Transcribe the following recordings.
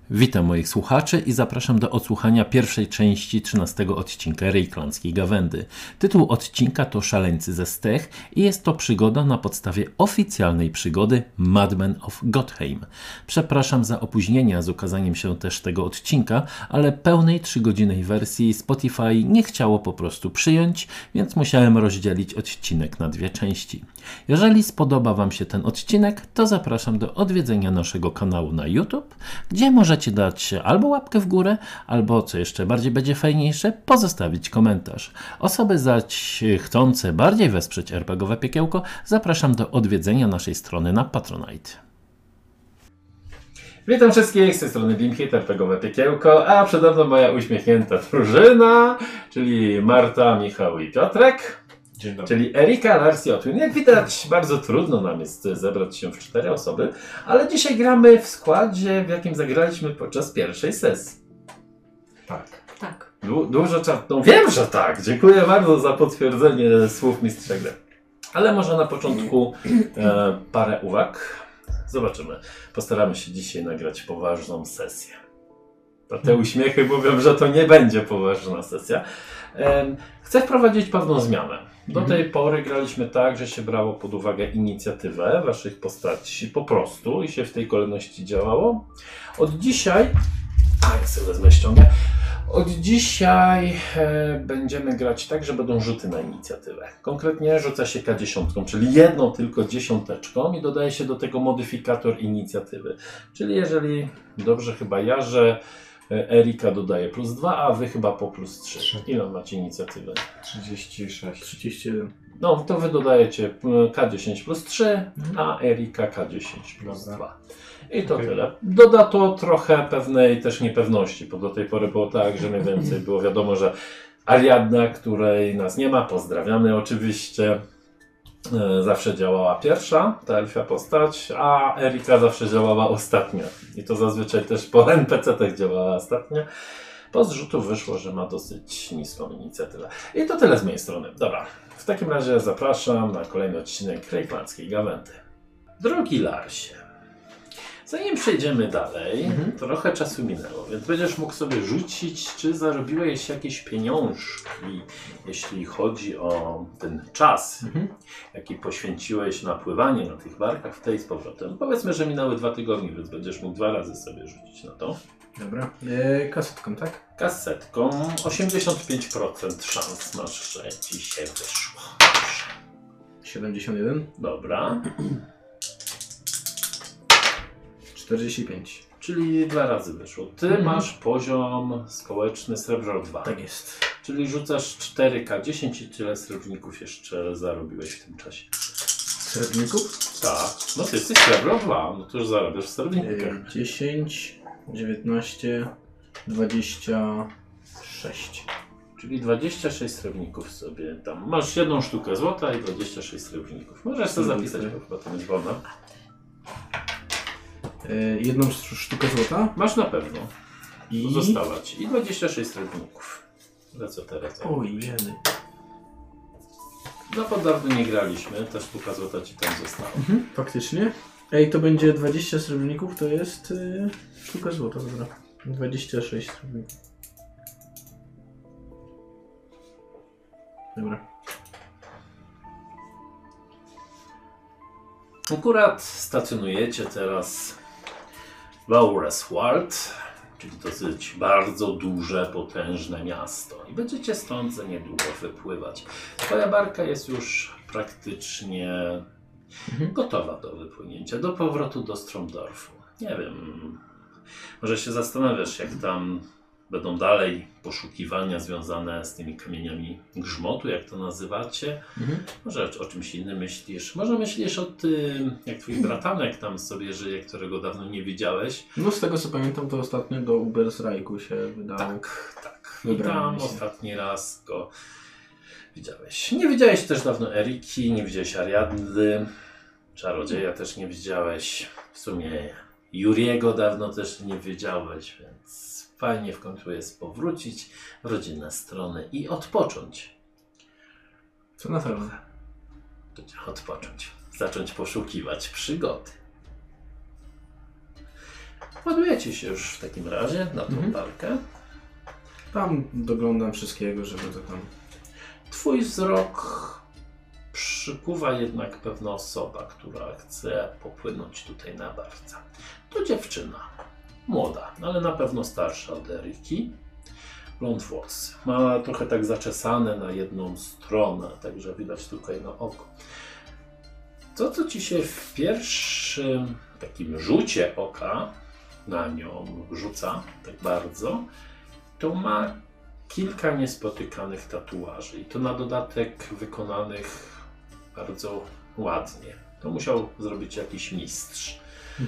Witam moich słuchaczy i zapraszam do odsłuchania pierwszej części 13 odcinka Rejklandzkiej Gawędy. Tytuł odcinka to Szaleńcy ze Stech i jest to przygoda na podstawie oficjalnej przygody Madmen of Gothheim. Przepraszam za opóźnienia z ukazaniem się też tego odcinka, ale pełnej 3-godzinnej wersji Spotify nie chciało po prostu przyjąć, więc musiałem rozdzielić odcinek na 2 części. Jeżeli spodoba Wam się ten odcinek, to zapraszam do odwiedzenia naszego kanału na YouTube, gdzie możecie dać albo łapkę w górę, albo, co jeszcze bardziej będzie fajniejsze, pozostawić komentarz. Osoby zaś chcące bardziej wesprzeć RPGowe Piekiełko, zapraszam do odwiedzenia naszej strony na Patronite. Witam wszystkich, z tej strony Bimhit, RPGowe Piekiełko, a przede mną moja uśmiechnięta drużyna, czyli Marta, Michał i Piotrek. Dzień dobry. Czyli Erika, Lars i Otwin. Jak widać, bardzo trudno nam jest zebrać się w 4 osoby, ale dzisiaj gramy w składzie, w jakim zagraliśmy podczas pierwszej sesji. Tak. Dużo czasu. No wiem, że tak. Dziękuję bardzo za potwierdzenie słów mistrza gry. Ale może na początku parę uwag. Zobaczymy. Postaramy się dzisiaj nagrać poważną sesję. Te uśmiechy mówią, że to nie będzie poważna sesja. Chcę wprowadzić pewną zmianę. Do tej pory graliśmy tak, że się brało pod uwagę inicjatywę waszych postaci po prostu i się w tej kolejności działało. Od dzisiaj... ja sobie wezmę ściągę. Od dzisiaj będziemy grać tak, że będą rzuty na inicjatywę. Konkretnie rzuca się K10, czyli jedną tylko dziesiąteczką i dodaje się do tego modyfikator inicjatywy. Czyli jeżeli, dobrze chyba ja, że Erika dodaje +2, a wy chyba po +3. Ile macie inicjatywy? 36. 31. No to wy dodajecie K10 +3, a Erika K10 +2. I to tyle. Doda to trochę pewnej też niepewności, bo do tej pory było tak, że mniej więcej było wiadomo, że Ariadna, której nas nie ma, pozdrawiamy oczywiście, zawsze działała pierwsza, ta elfia postać, a Erika zawsze działała ostatnia. I to zazwyczaj też po NPC-tach działała ostatnia. Po zrzutów wyszło, że ma dosyć niską inicjatywę. I to tyle z mojej strony. Dobra, w takim razie zapraszam na kolejny odcinek Rejklandzkiej Gawędy. Drogi Larsie, zanim przejdziemy dalej, trochę czasu minęło, więc będziesz mógł sobie rzucić, czy zarobiłeś jakieś pieniążki, jeśli chodzi o ten czas, jaki poświęciłeś na pływanie na tych barkach w tej z powrotem. Powiedzmy, że minęły 2 tygodnie, więc będziesz mógł 2 razy sobie rzucić na to. Dobra. Kasetką, tak? Kasetką 85% szans masz, że ci się wyszło. 71. Dobra. 45. Czyli 2 razy wyszło. Ty masz poziom społeczny srebro 2. Tak jest. Czyli rzucasz 4K10 i tyle srebrników jeszcze zarobiłeś w tym czasie. Srebrników? Tak. No ty jesteś srebro 2, no to już zarabiasz w srebrnikach. 10, 19, 26. Czyli 26 srebrników sobie tam. Masz 1 sztukę złota i 26 srebrników. Możesz sobie zapisać, bo chyba to jest wolne. Jedną sztukę złota. Masz na pewno. I... Została ci. I 26 srebrników. Za co teraz? Oj, jeny. No bo dawno nie graliśmy, ta sztuka złota ci tam została. Faktycznie. Ej, to będzie 20 srebrników, to jest sztuka złota, dobra. 26 srebrników. Dobra. Akurat stacjonujecie teraz w Aureswald, czyli dosyć bardzo duże, potężne miasto. I będziecie stąd za niedługo wypływać. Twoja barka jest już praktycznie gotowa do wypłynięcia, do powrotu do Stromdorfu. Nie wiem, może się zastanawiasz, jak tam będą dalej poszukiwania związane z tymi kamieniami grzmotu, jak to nazywacie. Może o czymś innym myślisz. Może myślisz o tym, jak twój bratanek tam sobie żyje, którego dawno nie widziałeś. No z tego co pamiętam, to ostatnio do Ubersreiku się wydało. Tak. I tam ostatni raz go widziałeś. Nie widziałeś też dawno Eriki, nie widziałeś Ariadny, czarodzieja też nie widziałeś. W sumie Juriego dawno też nie widziałeś, więc fajnie w końcu jest powrócić w rodzinne strony i odpocząć. Co na pewno? Odpocząć. Zacząć poszukiwać przygody. Ładujecie się już w takim razie na tą walkę. Tam doglądam wszystkiego, żeby to tam... Twój wzrok przykuwa jednak pewna osoba, która chce popłynąć tutaj na barca. To dziewczyna, młoda, ale na pewno starsza od Eriki. Blond włosy. Ma trochę tak zaczesane na jedną stronę, także widać tylko jedno oko. To, co ci się w pierwszym takim rzucie oka na nią rzuca tak bardzo, to ma kilka niespotykanych tatuaży i to na dodatek wykonanych bardzo ładnie. To musiał zrobić jakiś mistrz.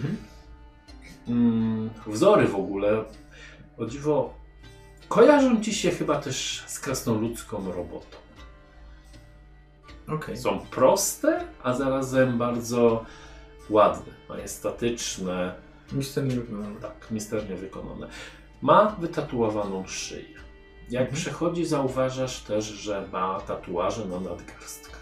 Wzory w ogóle, o dziwo, kojarzą ci się chyba też z krasnoludzką robotą. Okay. Są proste, a zarazem bardzo ładne, majestatyczne. Misternie wykonane. Tak, misternie wykonane. Ma wytatuowaną szyję. Jak przechodzi, zauważasz też, że ma tatuaże na nadgarstkach.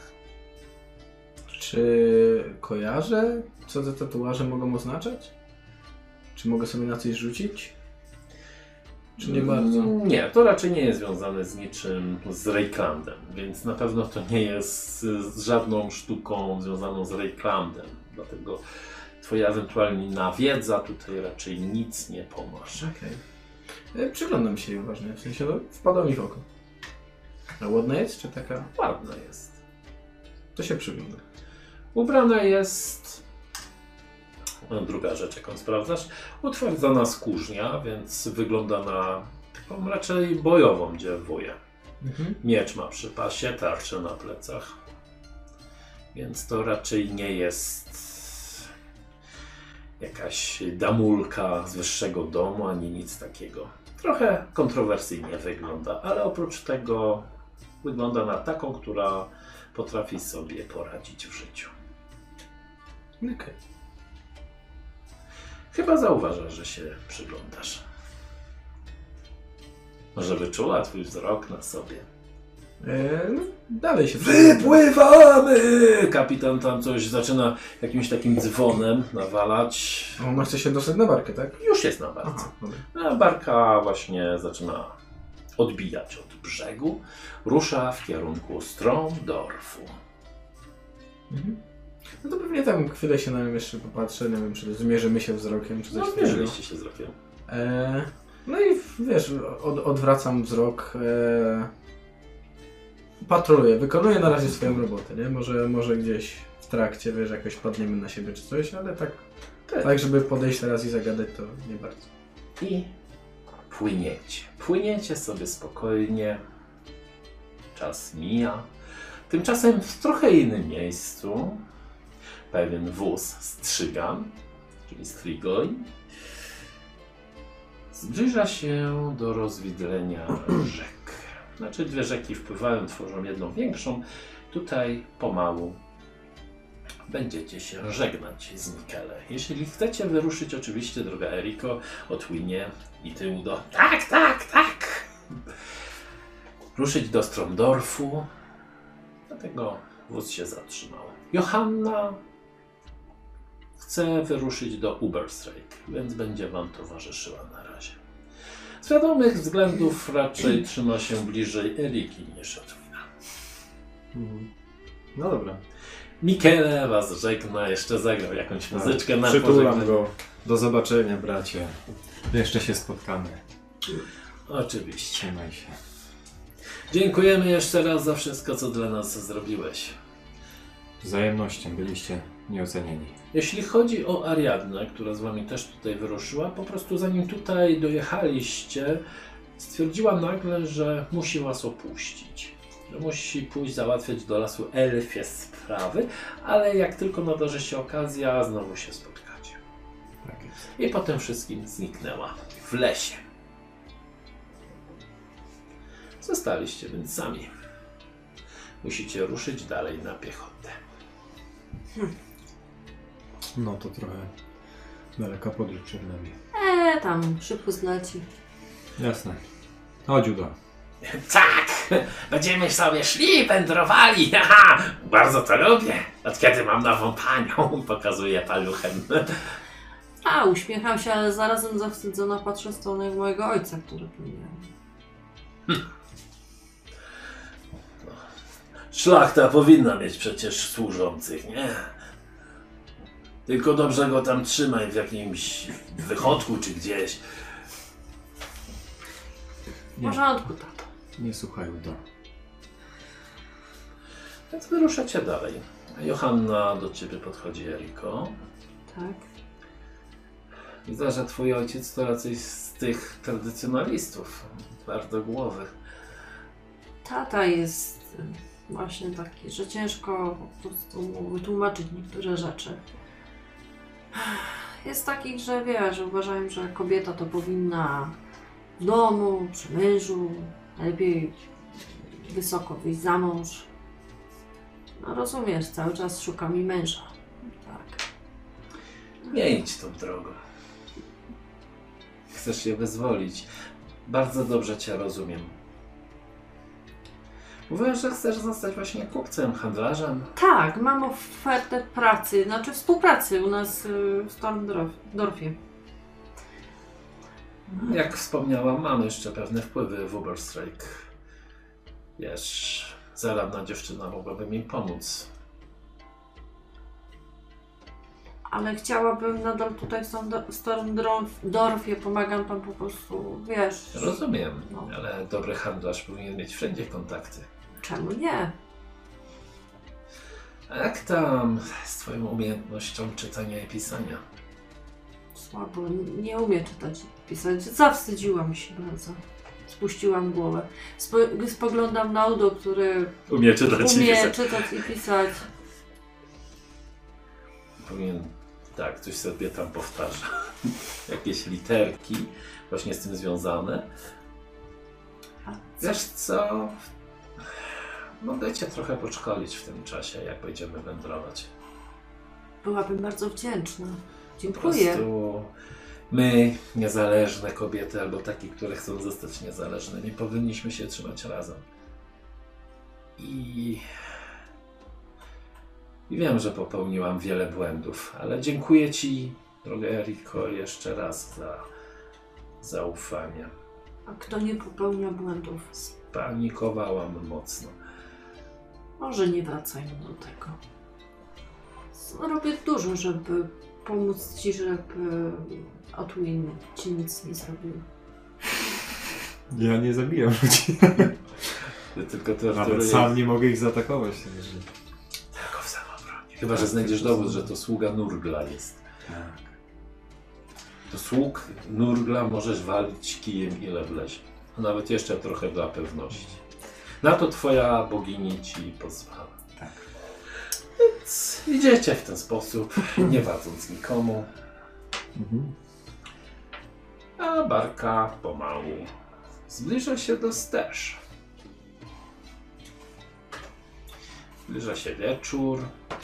Czy kojarzę, co te tatuaże mogą oznaczać? Czy mogę sobie na coś rzucić? Czy nie bardzo? Nie, to raczej nie jest związane z niczym z Reiklandem, więc na pewno to nie jest z żadną sztuką związaną z Reiklandem. Dlatego twoja ewentualna wiedza tutaj raczej nic nie pomoże. Okay. Przyglądam się jej uważnie, w sensie wpadła mi w oko. A ładna jest, czy taka? Ładna jest. To się przygląda. Ubrana jest... Druga rzecz, jaką sprawdzasz, utwardzona skórznia, więc wygląda na taką raczej bojową dziewuję. Miecz ma przy pasie, tarczę na plecach, więc to raczej nie jest jakaś damulka z wyższego domu, ani nic takiego. Trochę kontrowersyjnie wygląda, ale oprócz tego wygląda na taką, która potrafi sobie poradzić w życiu. Okay. Chyba zauważasz, że się przyglądasz. Może wyczuła twój wzrok na sobie. Dalej się Wypływamy! Kapitan tam coś zaczyna jakimś takim dzwonem nawalać. Ona chce się dostać na barkę, tak? Już jest na barce. A barka właśnie zaczyna odbijać od brzegu. Rusza w kierunku Stromdorfu. No to pewnie tam chwilę się na nią jeszcze popatrzę, nie wiem, czy zmierzymy się wzrokiem, czy coś takiego. Zmierzyliście się wzrokiem. No i wiesz, odwracam wzrok, patroluję, wykonuję na razie swoją robotę, nie? Może gdzieś w trakcie, wiesz, jakoś padniemy na siebie czy coś, ale tak żeby podejść teraz i zagadać, to nie bardzo. I płyniecie. Płyniecie sobie spokojnie. Czas mija. Tymczasem w trochę innym miejscu pewien wóz Strzygan, czyli Strigoi, zbliża się do rozwidlenia rzek. Znaczy dwie rzeki wpływają, tworzą jedną większą. Tutaj pomału będziecie się żegnać z Mikele. Jeśli chcecie wyruszyć, oczywiście, droga Eriko, Otwinie i ty, Udo. Tak! Ruszyć do Stromdorfu. Dlatego wóz się zatrzymał. Johanna chce wyruszyć do Uberstreik, więc będzie wam towarzyszyła na razie. Z wiadomych względów raczej trzyma się bliżej Eriki niż Otwina. No dobra. Mikele was żegna, jeszcze zagrał jakąś muzyczkę na przytulam go. Do zobaczenia, bracie. Jeszcze się spotkamy. Oczywiście. Trzymaj się. Dziękujemy jeszcze raz za wszystko, co dla nas zrobiłeś. Z wzajemnością byliście nieocenieni. Jeśli chodzi o Ariadnę, która z wami też tutaj wyruszyła, po prostu zanim tutaj dojechaliście, stwierdziła nagle, że musi was opuścić. Że musi pójść załatwiać do lasu elfie sprawy, ale jak tylko nadarzy się okazja, znowu się spotkacie. Tak jest. I potem wszystkim zniknęła w lesie. Zostaliście więc sami. Musicie ruszyć dalej na piechotę. No to trochę daleka podróż przed nami. Tam szybko zleci. Jasne. Chodź, Udo. Tak! Będziemy sobie szli, wędrowali! Haha! Bardzo to lubię! Od kiedy mam nową panią, pokazuję paluchem. A, uśmiecham się, ale zarazem zawstydzona patrzę w stronę mojego ojca, który tu nie... Szlachta powinna mieć przecież służących, nie? Tylko dobrze go tam trzymaj w jakimś wychodku czy gdzieś. W porządku, tato. Nie słuchaj Udo. Więc wyruszacie dalej. Johanna, do ciebie podchodzi Eriko. Tak. Widzę, że twój ojciec to raczej z tych tradycjonalistów, twardogłowych. Tata jest właśnie taki, że ciężko po prostu mu wytłumaczyć niektóre rzeczy. Jest taki, że wiesz, uważają, że kobieta to powinna w domu, przy mężu, najlepiej wysoko wyjść za mąż. No rozumiesz, cały czas szuka mi męża. Tak. Nie idź tą drogą. Chcesz się wyzwolić. Bardzo dobrze cię rozumiem. Mówisz, że chcesz zostać właśnie kupcem, handlarzem. Tak, mam ofertę pracy, znaczy współpracy u nas w Stormdorfie. Jak wspomniałam, mam jeszcze pewne wpływy w Uberstrike. Wiesz, zaradna dziewczyna mogłaby mi pomóc. Ale chciałabym nadal tutaj w Stormdorfie, pomagam tam po prostu, wiesz. Rozumiem, No. ale dobry handlarz powinien mieć wszędzie kontakty. Czemu nie? A jak tam z twoją umiejętnością czytania i pisania? Słabo, nie umiem czytać i pisać. Zawstydziłam się bardzo. Spuściłam głowę. Spoglądam na Udo, który Umie czytać i umie pisać. czytać i pisać. Powinien, tak, coś sobie tam powtarza. Jakieś literki właśnie z tym związane. Wiesz co? Mogę cię trochę podszkolić w tym czasie, jak będziemy wędrować. Byłabym bardzo wdzięczna. Po Dziękuję. prostu my, niezależne kobiety, albo takie, które chcą zostać niezależne, nie powinniśmy się trzymać razem. I wiem, że popełniłam wiele błędów, ale dziękuję ci, droga Eriko, jeszcze raz za zaufanie. A kto nie popełnia błędów? Spanikowałam mocno. Może nie wracajmy do tego. Robię dużo, żeby pomóc ci, żeby Otwin ci nic nie zrobił. Ja nie zabijam ludzi. Tylko to Nawet sam nie mogę ich zaatakować. Jeżeli... Tylko w samobronie. Chyba, że znajdziesz dowód, że to sługa Nurgla jest. Tak. Do sług Nurgla możesz walić kijem ile wlezie. A nawet jeszcze trochę dla pewności. Na to twoja bogini ci pozwala. Tak. Więc idziecie w ten sposób, nie wadząc nikomu. Mhm. A barka pomału zbliża się do Stesz. Zbliża się wieczór.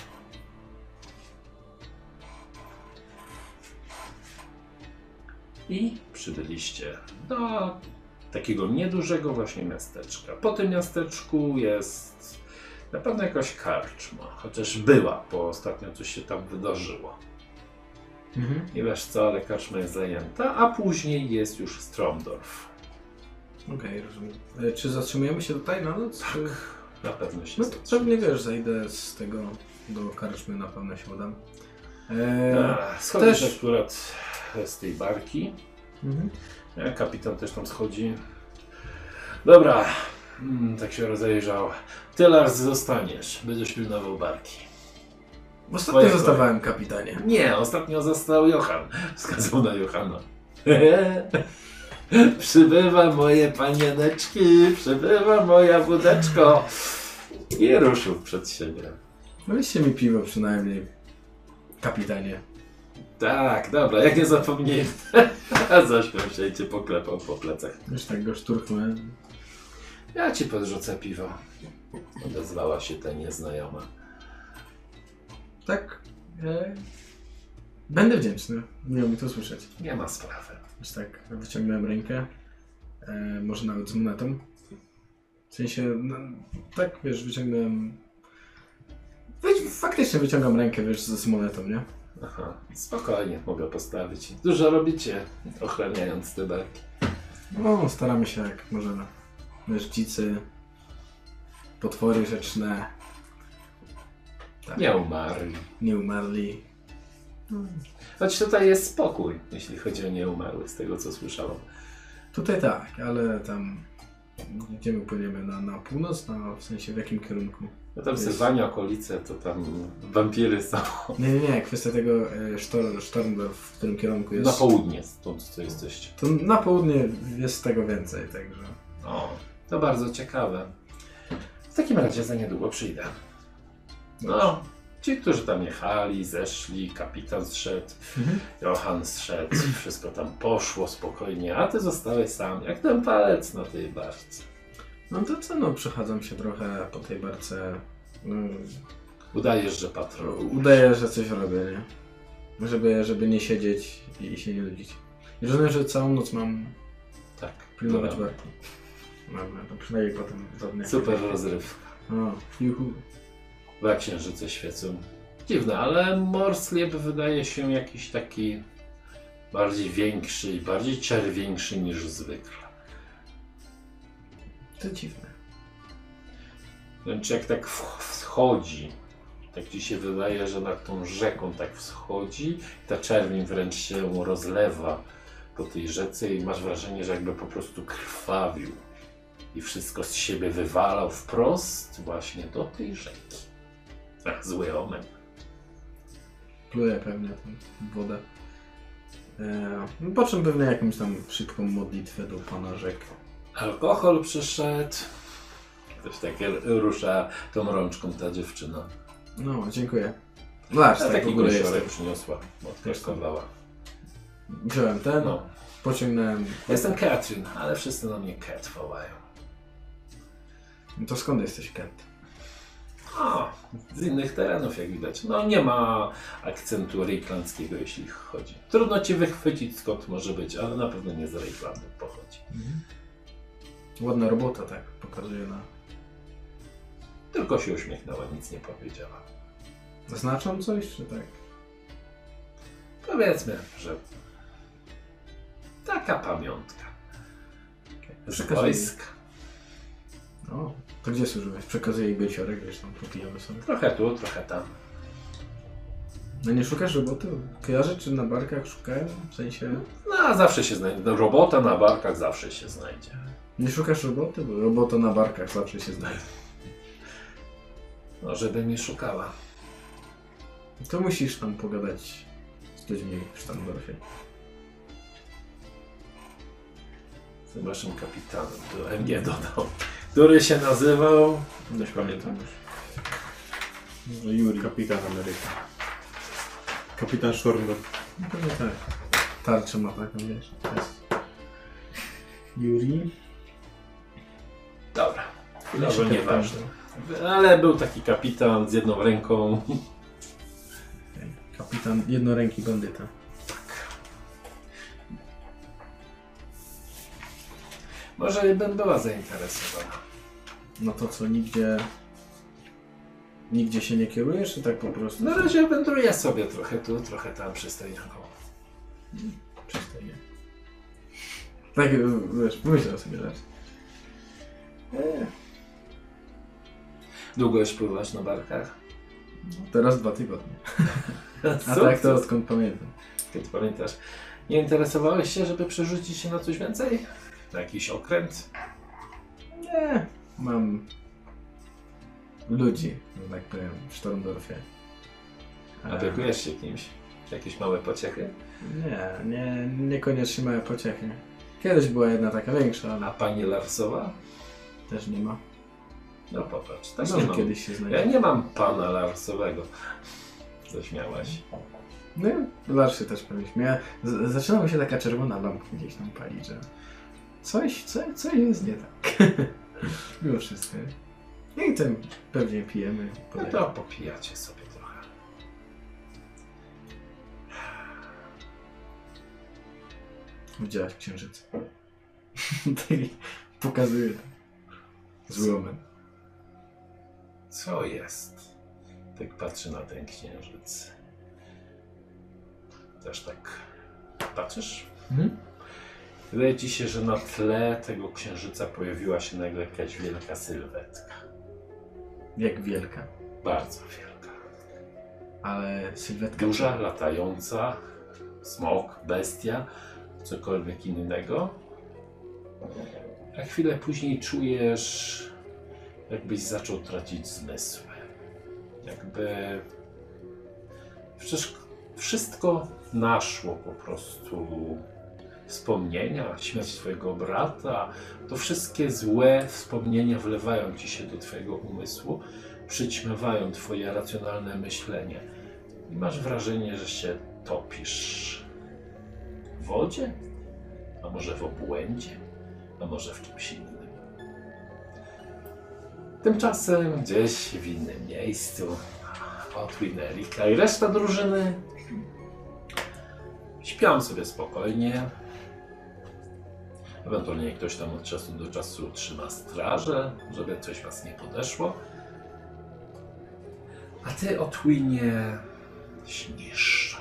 I przybyliście do takiego niedużego właśnie miasteczka. Po tym miasteczku jest na pewno jakaś karczma, chociaż była, bo ostatnio coś się tam wydarzyło. Nie wiesz co, ale karczma jest zajęta, a później jest już Stromdorf. Okej, rozumiem. Czy zatrzymujemy się tutaj na noc? Czy... Na pewno się No to pewnie wiesz, zejdę z tego do karczmy, na pewno się udam. Schodzisz też- akurat z tej barki. Mhm. Kapitan też tam schodzi. Dobra, tak się rozejrzał. Ty, Lars, zostaniesz. Będziesz pilnował barki. Ostatnio Twoje zostawałem kapitanie. Nie, ostatnio został Johan. Wskazał na Johana. Przybywa moje panieneczki, przybywa moja wódeczko. I ruszył przed siebie. Weźcie mi piwo przynajmniej, kapitanie. Tak, dobra, jak nie zapomnij. Zaśmiał się i cię poklepał po plecach. Już tak go szturchnę. Ja ci podrzucę piwo. Odezwała się ta nieznajoma. Tak. Będę wdzięczny. Miło mi to słyszeć. Nie ma sprawy. Już tak wyciągnąłem rękę. Może nawet z monetą. W sensie, no, tak wiesz, wyciągnąłem... Faktycznie wyciągam rękę, wiesz, z monetą, nie? Aha, spokojnie, mogę postawić. Dużo robicie, ochraniając te barki. No, staramy się jak możemy. Wiesz, dzicy, potwory rzeczne, tak, Nie umarli. nie umarli. Choć tutaj jest spokój, jeśli chodzi o nieumarłych, z tego co słyszałem. Tutaj tak, ale tam gdzie my płyniemy? Na północ? W sensie w jakim kierunku? No tam Sylwania, okolice, to tam wampiry są. Nie, kwestia tego Stormdorf, w którym kierunku jest. Na południe, stąd co jesteście. To na południe jest tego więcej, także. O, to bardzo ciekawe. W takim razie za niedługo przyjdę. No, ci, którzy tam jechali, zeszli, kapitan zszedł, Johan zszedł, wszystko tam poszło spokojnie, a ty zostałeś sam, jak ten palec na tej barce. No to co, no przechadzam się trochę po tej barce. Udajesz, że patrolujesz. Udaję, że coś robię, nie? Żeby nie siedzieć i się nie nudzić. I rozumiem, że całą noc mam Tak, pilnować dobra. barki. Dobra, to przynajmniej potem za dnia. Super rozrywka. O, juhu. Dwa księżyce świecą. Dziwne, ale Morslip wydaje się jakiś taki bardziej większy i bardziej czerwieńszy niż zwykle. To dziwne. Wręcz jak tak wschodzi, tak ci się wydaje, że nad tą rzeką tak wschodzi, ta czerwień wręcz się rozlewa po tej rzece i masz wrażenie, że jakby po prostu krwawił i wszystko z siebie wywalał wprost właśnie do tej rzeki. Ach, zły omen. Pluję pewnie tę wodę. Po czym pewnie jakąś tam szybką modlitwę do Pana rzek. Alkohol przyszedł. Ktoś tak rusza tą rączką ta dziewczyna. No, dziękuję. Zobacz, A tak w taki ogóle gąsiorek jestem. przyniosła, odkaszkowała. Wziąłem ten, No. pociągnąłem. Jestem Katrin, ale wszyscy na mnie Kat wołają. To skąd jesteś, Kent? O, z innych terenów jak widać. No nie ma akcentu rejklandzkiego jeśli chodzi. Trudno ci wychwycić skąd może być, ale na pewno nie z Rejklandu pochodzi. Ładna robota, tak, pokazuje na... Tylko się uśmiechnęła, nic nie powiedziała. Zaznaczam coś, czy tak? Powiedzmy, że taka pamiątka. Z Przekazuj. wojska. O, to gdzie służyłeś? Przekazuję jej gąsiorek, wiesz, tam popijamy sobie. Trochę tu, trochę tam. No nie szukasz roboty? Kojarzę, czy na barkach szukałem? W sensie... No, zawsze się znajdzie. No, robota na barkach zawsze się znajdzie. Nie szukasz roboty? Bo robota na barkach zawsze się znajdzie. No, żeby nie szukała. To musisz tam pogadać z ludźmi w Sztandorfie. Z waszym kapitanem, to MG dodał. Który się nazywał... Coś pamiętam już. Może Yuri. Kapitan Ameryka. Kapitan Stormdorf. No pewnie tak. Tarczę ma taką, wiesz. To jest... Yuri. Dobra. Jeszcze Chwilowo nieważne. Ale był taki kapitan z jedną ręką. Kapitan jednoręki bandyta. Może bym była zainteresowana. No to co, nigdzie się nie kierujesz, czy tak po prostu? Na razie wędruję sobie trochę tu, trochę tam przystojniaką. Przystojnie. Tak, wiesz, pomyślał sobie rzecz. Długo już pływasz na barkach? Teraz 2 tygodnie. A tak to skąd pamiętam. Kiedy pamiętasz. Nie interesowałeś się, żeby przerzucić się na coś więcej? Na jakiś okręt? Nie. Mam ludzi, że tak powiem, w Stormdorfie. Opiekujesz się kimś? Jakieś małe pociechy? Niekoniecznie małe pociechy. Kiedyś była jedna taka większa, A ale pani Larsowa? też nie ma. No popatrz, też nie Może mam. kiedyś się Ja znajdzie. nie mam pana Larsowego. Coś miałaś. No i Larszy też pewnie śmieje. Zaczyna mi się taka czerwona lampka gdzieś tam palić, że coś jest nie tak. Mimo wszystko. No i tym pewnie pijemy. No to popijacie sobie trochę. Widziałaś księżyc. Taki pokazuje to. Zły omen. Co jest? Tak patrzę na ten księżyc. też tak patrzysz. Mhm. Wydaje ci się, że na tle tego księżyca pojawiła się nagle jakaś wielka sylwetka. Jak wielka. Bardzo wielka. Ale sylwetka... Duża, latająca, smok, bestia, cokolwiek innego. A chwilę później czujesz, jakbyś zaczął tracić zmysły. Jakby... Przecież wszystko naszło po prostu. Wspomnienia, śmierć twojego brata, to wszystkie złe wspomnienia wlewają ci się do twojego umysłu, przyćmiewają twoje racjonalne myślenie. I masz wrażenie, że się topisz w wodzie, a może w obłędzie, a może w czymś innym. Tymczasem gdzieś w innym miejscu Otwin, Erika i reszta drużyny śpią sobie spokojnie. Ewentualnie ktoś tam od czasu do czasu trzyma strażę, żeby coś was nie podeszło. A ty, Otwinie, śnisz.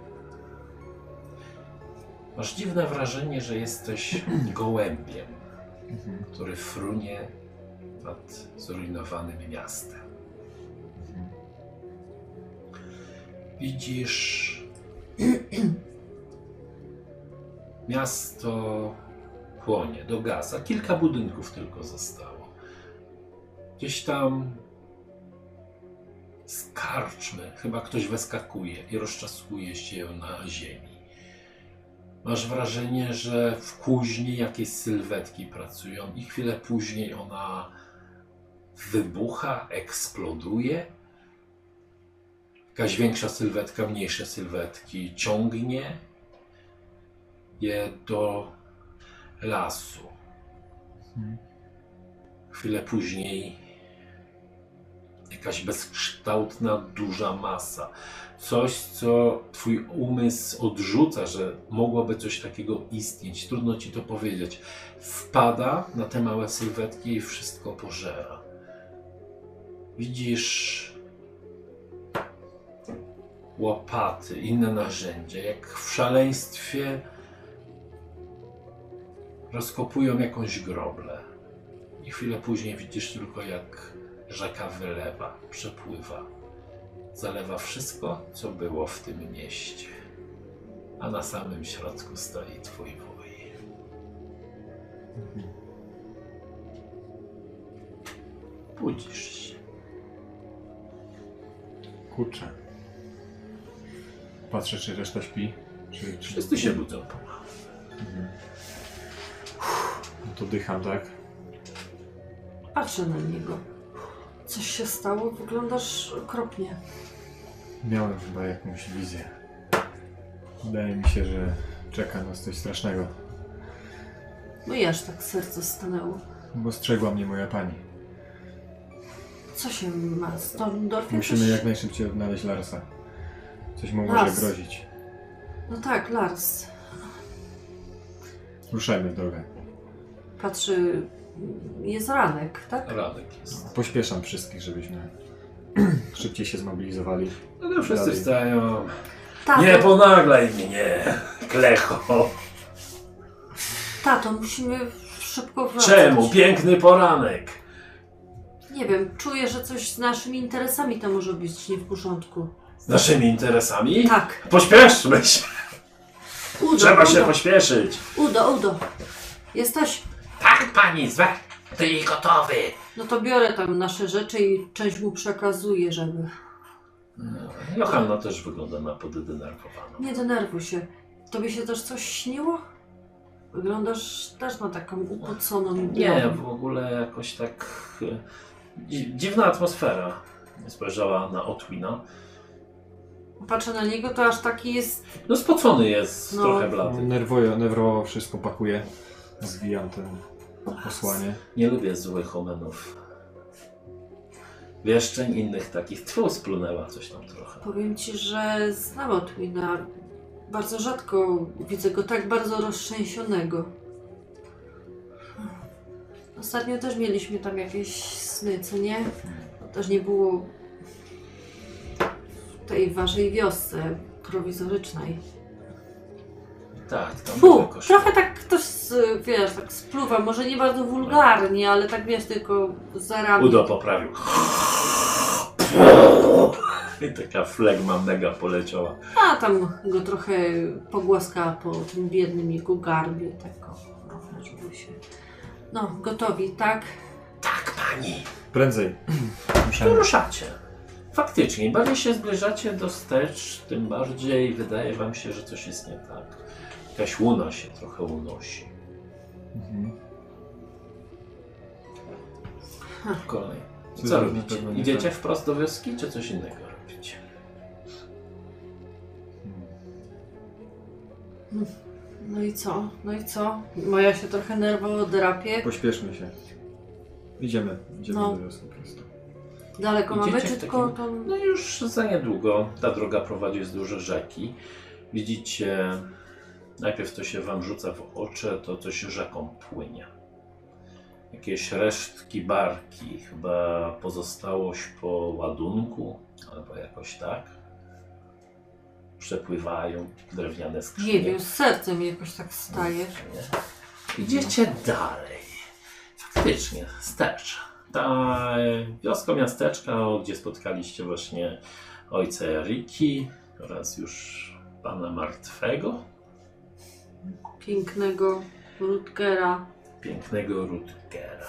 Masz dziwne wrażenie, że jesteś gołębiem, który frunie nad zrujnowanym miastem. Widzisz miasto płonie, dogasa. Kilka budynków tylko zostało. Gdzieś tam z karczmy chyba ktoś wyskakuje i rozczaskuje się na ziemi. Masz wrażenie, że w kuźni jakieś sylwetki pracują i chwilę później ona wybucha, eksploduje. Jakaś większa sylwetka, mniejsze sylwetki ciągnie je do lasu. Chwilę później jakaś bezkształtna, duża masa. Coś, co twój umysł odrzuca, że mogłoby coś takiego istnieć. Trudno ci to powiedzieć. Wpada na te małe sylwetki i wszystko pożera. Widzisz łopaty, inne narzędzia, jak w szaleństwie rozkopują jakąś groblę. I chwilę później widzisz tylko, jak rzeka wylewa, przepływa. Zalewa wszystko, co było w tym mieście. A na samym środku stoi twój wuj. Budzisz się. Kurczę. Patrzę, czy reszta śpi. Czy... Wszyscy się budzą pomału. No to dycham, tak? Patrzę na niego. Coś się stało? Wyglądasz okropnie. Miałem chyba jakąś wizję. Wydaje mi się, że czeka nas coś strasznego. No i aż tak serce stanęło. Bo strzegła mnie moja pani. Co się ma? Stormdorfie Musimy też... jak najszybciej odnaleźć Larsa. Coś mu może Lars. grozić. No tak, Lars. Ruszajmy w drogę. Patrzy... Jest ranek, tak? Radek jest. Pośpieszam wszystkich, żebyśmy szybciej się zmobilizowali. No to wszyscy Dalej. wstają. Tato, Nie ponaglaj mnie, klecho. tato, musimy szybko wracać. Czemu? Piękny poranek. Nie wiem, czuję, że coś z naszymi interesami to może być nie w porządku. Z naszymi interesami? Tak. Pośpieszmy się. Udo, Trzeba się Udo. pośpieszyć. Udo. Jesteś? Tak, pani, ty gotowy. No to biorę tam nasze rzeczy i część mu przekazuję, żeby... Johanna też wygląda na poddenerwowaną. Nie denerwuj się. Tobie się też coś śniło? Wyglądasz też na taką upoconą. Nie, w ogóle jakoś tak dziwna atmosfera. Spojrzała na Otwina. Patrzę na niego, to aż taki jest... No spocony jest, No. trochę blady. Nerwowo wszystko pakuję. Zwijam ten posłanie. Nie lubię złych omenów. Wieszczeń innych takich. Tfu, splunęła coś tam trochę. Powiem ci, że znam Otwina. Bardzo rzadko widzę go tak bardzo roztrzęsionego. Ostatnio też mieliśmy tam jakieś sny, co nie? To też nie było w tej waszej wiosce prowizorycznej. Tak, tam Fu, było kosztowo. trochę tak ktoś, wiesz, tak spluwa, może nie bardzo wulgarnie, ale tak wiesz, tylko za ramię. Udo poprawił. I taka flegma mega poleciała. A tam go trochę pogłaska po tym biednym jego garbie, tak go trochę, żeby się... No, gotowi, tak? Tak, pani. Prędzej. To Muszę... ruszacie. Faktycznie, im bardziej się zbliżacie do wstecz, tym bardziej wydaje wam się, że coś jest nie tak. Jakaś łuna się trochę unosi. Mhm. Kolej. Coś Co na robicie? pewno nie Idziecie tak. wprost do wioski, czy coś innego robicie? No i co? No i co? Moja się trochę nerwowo drapie. Pośpieszmy się. Idziemy No. do wioski po prostu. Daleko mamy, Idziecie czy w tylko takim- tam... No już za niedługo. Ta droga prowadzi wzdłuż rzeki. Widzicie, najpierw to się wam rzuca w oczy, to coś rzeką płynie. Jakieś resztki barki, chyba pozostałość po ładunku, albo jakoś tak. Przepływają drewniane skrzynie. Nie wiem, z sercem mi jakoś tak staje. Idziecie dalej. Faktycznie, wstecz. Ta wioska, miasteczka, gdzie spotkaliście właśnie ojca Eriki oraz już pana martwego, Pięknego Rutgera. pięknego Rutgera.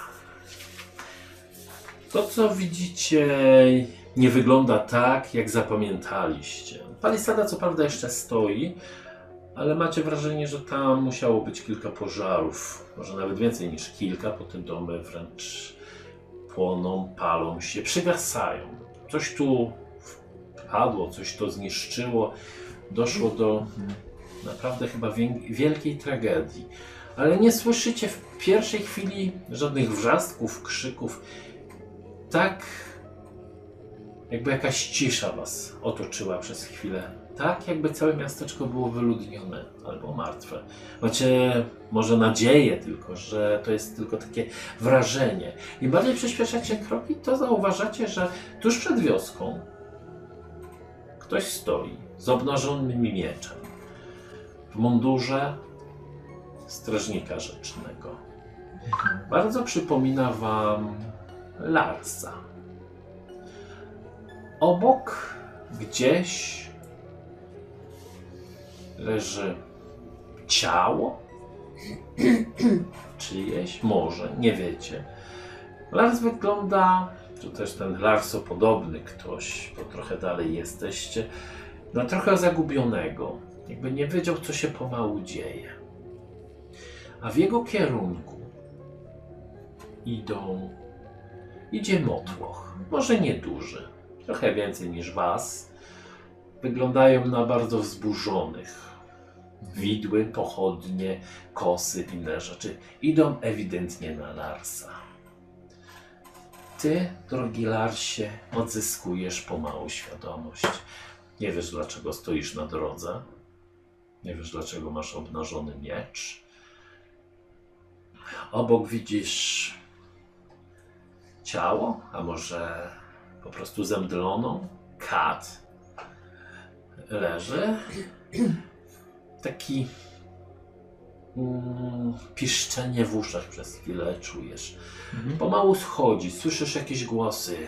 To, co widzicie, nie wygląda tak, jak zapamiętaliście. Palisada co prawda jeszcze stoi, ale macie wrażenie, że tam musiało być kilka pożarów. Może nawet więcej niż kilka, bo te domy wręcz płoną, palą się, przygasają. Coś tu wpadło, coś to zniszczyło. Doszło do naprawdę chyba wielkiej tragedii. Ale nie słyszycie w pierwszej chwili żadnych wrzastków, krzyków. Tak jakby jakaś cisza was otoczyła przez chwilę. Tak jakby całe miasteczko było wyludnione albo martwe. Macie może nadzieję tylko, że to jest tylko takie wrażenie. Im bardziej przyspieszacie kroki, to zauważacie, że tuż przed wioską ktoś stoi z obnażonym mieczem. W mundurze strażnika rzecznego. Bardzo przypomina wam Larsa. Obok gdzieś leży ciało czyjeś, może, nie wiecie. Lars wygląda, czy też ten Larsopodobny ktoś, bo trochę dalej jesteście, na trochę zagubionego. Jakby nie wiedział, co się pomału dzieje. A w jego kierunku idzie motłoch. Może nieduży, trochę więcej niż was. Wyglądają na bardzo wzburzonych. Widły, pochodnie, kosy, inne rzeczy. Idą ewidentnie na Larsa. Ty, drogi Larsie, odzyskujesz pomału świadomość. Nie wiesz, dlaczego stoisz na drodze. Nie wiesz, dlaczego masz obnażony miecz. Obok widzisz ciało, a może po prostu zemdloną. Kat leży. Taki piszczenie w uszach przez chwilę czujesz. Pomału schodzi, słyszysz jakieś głosy.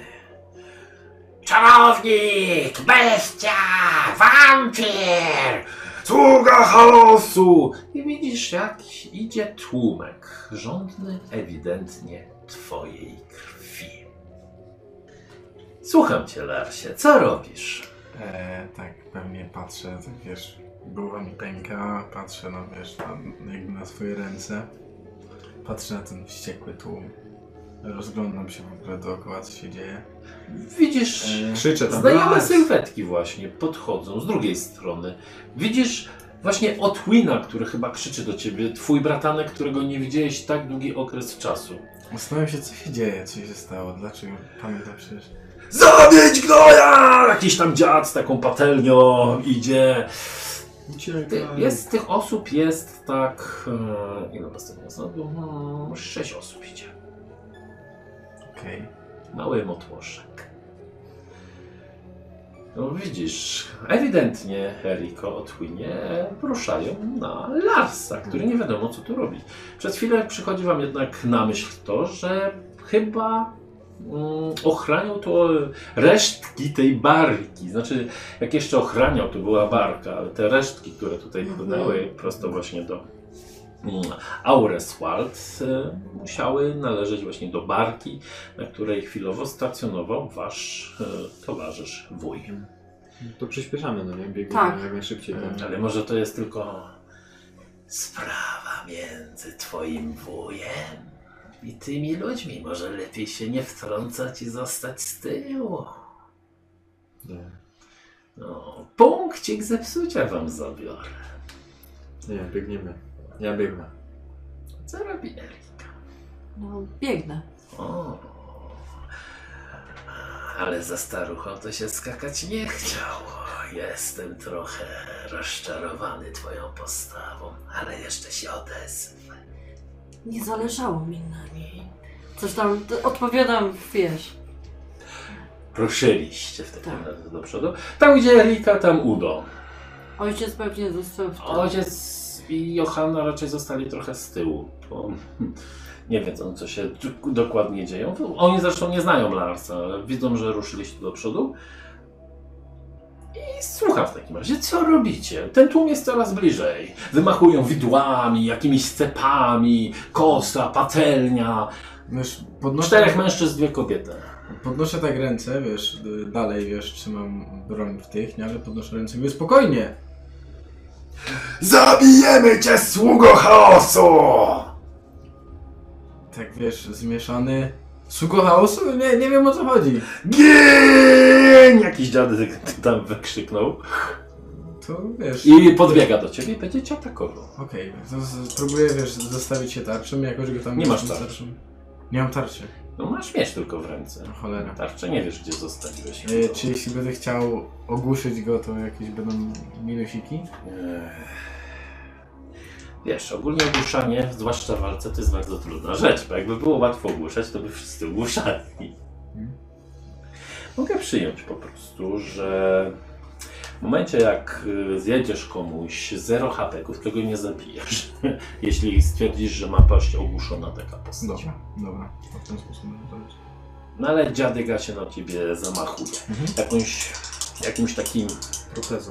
Czarownik! Bestia! Wampir! Sługa chaosu! I widzisz, jak idzie tłumek, żądny ewidentnie twojej krwi. Słucham cię, Larsie, co robisz? Tak, pewnie patrzę, tak wiesz, głowa mi pęka, patrzę, no wiesz, jakby na swoje ręce. Patrzę na ten wściekły tłum. Rozglądam się w ogóle dookoła, co się dzieje. Widzisz, Krzyczę tam. znajome "Lars!" sylwetki właśnie podchodzą z drugiej strony. Widzisz właśnie Otwina, który chyba krzyczy do ciebie, twój bratanek, którego nie widziałeś tak długi okres czasu. Zastanawiam się, co się dzieje, co się stało, dlaczego, pamiętam przecież. Zabić gnoja! Jakiś tam dziad z taką patelnią idzie. Jest tych osób, jest tak... ile was tego jest? 6 osób idzie. Okej. Mały motłoszek. No widzisz, ewidentnie Eriko Otwinie ruszają na Larsa, który nie wiadomo co tu robi. Przez chwilę przychodzi wam jednak na myśl to, że chyba ochraniał to resztki tej barki. Znaczy, jak jeszcze ochraniał, to była barka, ale te resztki, które tutaj płynęły prosto właśnie do Aureswald, musiały należeć właśnie do barki, na której chwilowo stacjonował wasz towarzysz wuj. To przyspieszamy, no nie? Biegniemy Tak. jak najszybciej. Tak. Ale może to jest tylko sprawa między twoim wujem i tymi ludźmi. Może lepiej się nie wtrącać i zostać z tyłu. Nie. No, punkcik zepsucia wam zabiorę. Nie, biegniemy. Ja biegnę. Co robi Erika? No, biegnę. O, ale za staruchą to się skakać nie chciało. Jestem trochę rozczarowany twoją postawą, ale jeszcze się odezwę. Nie zależało mi na niej. Coś tam odpowiadam, wiesz. Ruszyliście w takim Tak. razie do przodu. Tam gdzie Erika, tam Udo. Ojciec pewnie został w tym. Ojciec i Johanna raczej zostali trochę z tyłu, bo nie wiedzą co się dokładnie dzieje. Oni zresztą nie znają Larsa, ale widzą, że ruszyliście do przodu. I słucham w takim razie, co robicie? Ten tłum jest coraz bliżej. Wymachują widłami, jakimiś cepami, kosa, patelnia. Wiesz, 4 mężczyzn, 2 kobiety. podnoszę tak ręce, wiesz, dalej, wiesz, trzymam broń w tych, nie, ale podnoszę ręce, mówię spokojnie. Zabijemy cię, sługo chaosu! Tak, wiesz, zmieszany. Sługo chaosu? Nie wiem o co chodzi. Gień! Jakiś dziadek tam wykrzyknął. To wiesz. I podbiega do ciebie i będzie cię atakował. Okej, to próbuję, wiesz, zostawić się tarczą, jakoś go tam... Nie masz tarczy. tarczy. Nie mam tarczy. No masz mieć tylko w ręce. No cholera. Tarczę nie wiesz gdzie zostawiłeś. Czy jeśli będę chciał ogłuszyć go, to jakieś będą minusiki? Wiesz, ogólnie ogłuszanie, zwłaszcza w walce, to jest bardzo trudna rzecz, bo jakby było łatwo ogłuszać, to by wszyscy ogłuszali. Mogę przyjąć po prostu, że w momencie jak zjedziesz komuś 0 hapeków, to go nie zabijesz. Jeśli stwierdzisz, że ma paść ogłuszona taka postać. Dobra, to w ten sposób będę to robić. No ale dziadyga się na ciebie zamachuje. Jakimś takim Protezą.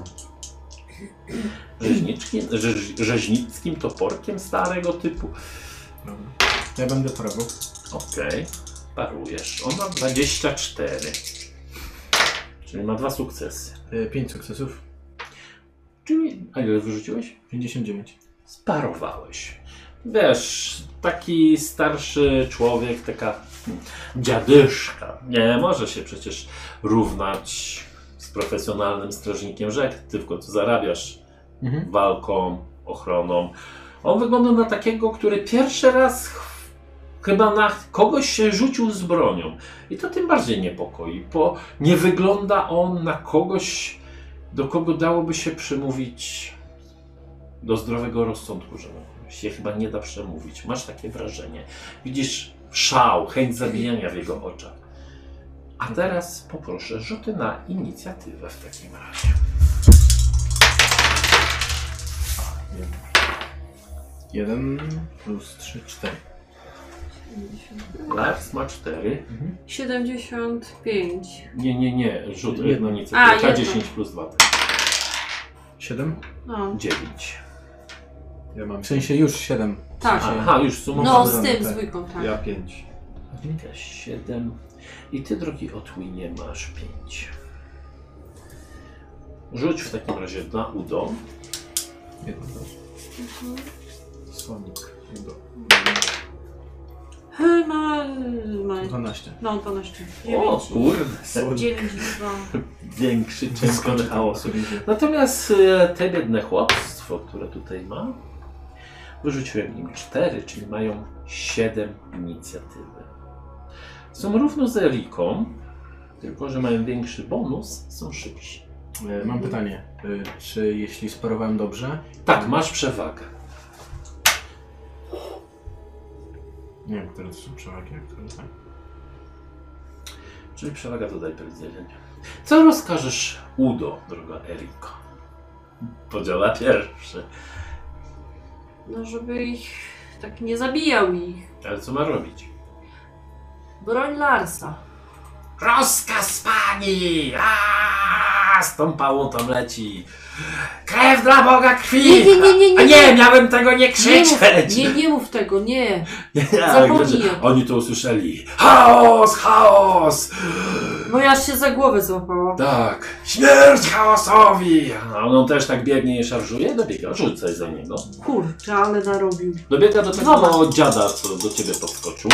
rzeźnickim toporkiem starego typu. Dobra. Ja będę prawo. Okej, parujesz. On ma 24. Czyli ma 2 sukcesy. 5 sukcesów. Czyli, a ile wyrzuciłeś? 59. Sparowałeś. Wiesz, taki starszy człowiek, taka dziadyszka, nie może się przecież równać z profesjonalnym strażnikiem rzek. Ty w końcu zarabiasz walką, ochroną. On wygląda na takiego, który pierwszy raz chyba na kogoś się rzucił z bronią. I to tym bardziej niepokoi, bo nie wygląda on na kogoś, do kogo dałoby się przemówić do zdrowego rozsądku, że się chyba nie da przemówić. Masz takie wrażenie. Widzisz szał, chęć zabijania w jego oczach. A teraz poproszę rzuty na inicjatywę w takim razie. 1 plus 3, 4. Lars ma 4. 75. Nie. Rzut Jedno. jedno inicjatywę. A, K10 plus 2. 7? No, 9. Ja mam W sensie już 7. tak. Aha, już No, sumowałem. z tym, z tak. dwójką, tak. Ja 5. 7. I ty, drogi Otwinie, masz 5. Rzuć w takim razie na Udo. Jedno też. Sonic. Udo. Ma 12. no 12. O 9. kurde, 9 2. większy czempion chaosu. Natomiast te biedne chłopstwo, które tutaj ma, wyrzuciłem im 4, czyli mają 7 inicjatywy. Są równo z Eriką, tylko że mają większy bonus, są szybsi. Mam pytanie. Czy jeśli sparowałem dobrze? Tak, masz przewagę. Nie wiem, które to są przewagi, a które tak. Czyli przewaga dodaj plus 9. Co rozkażesz Udo, droga Eriko? Podziała pierwszy. No, żeby ich tak nie zabijał ich. Ale co ma robić? Broń Larsa. Rozkaz pani! Z tą pałą tam leci. Krew dla Boga krwi! Nie. A nie, miałem tego nie krzyczeć! Nie mów tego, nie. Ja, Zapomnij. oni to usłyszeli. Chaos, chaos! Bo ja się za głowę złapała. Tak, śmierć chaosowi! A on też tak biegnie i szarżuje? Dobiega, rzucaj za niego. Kurczę, ale narobił. Dobiega do tego Zobacz. dziada, co do ciebie podskoczył.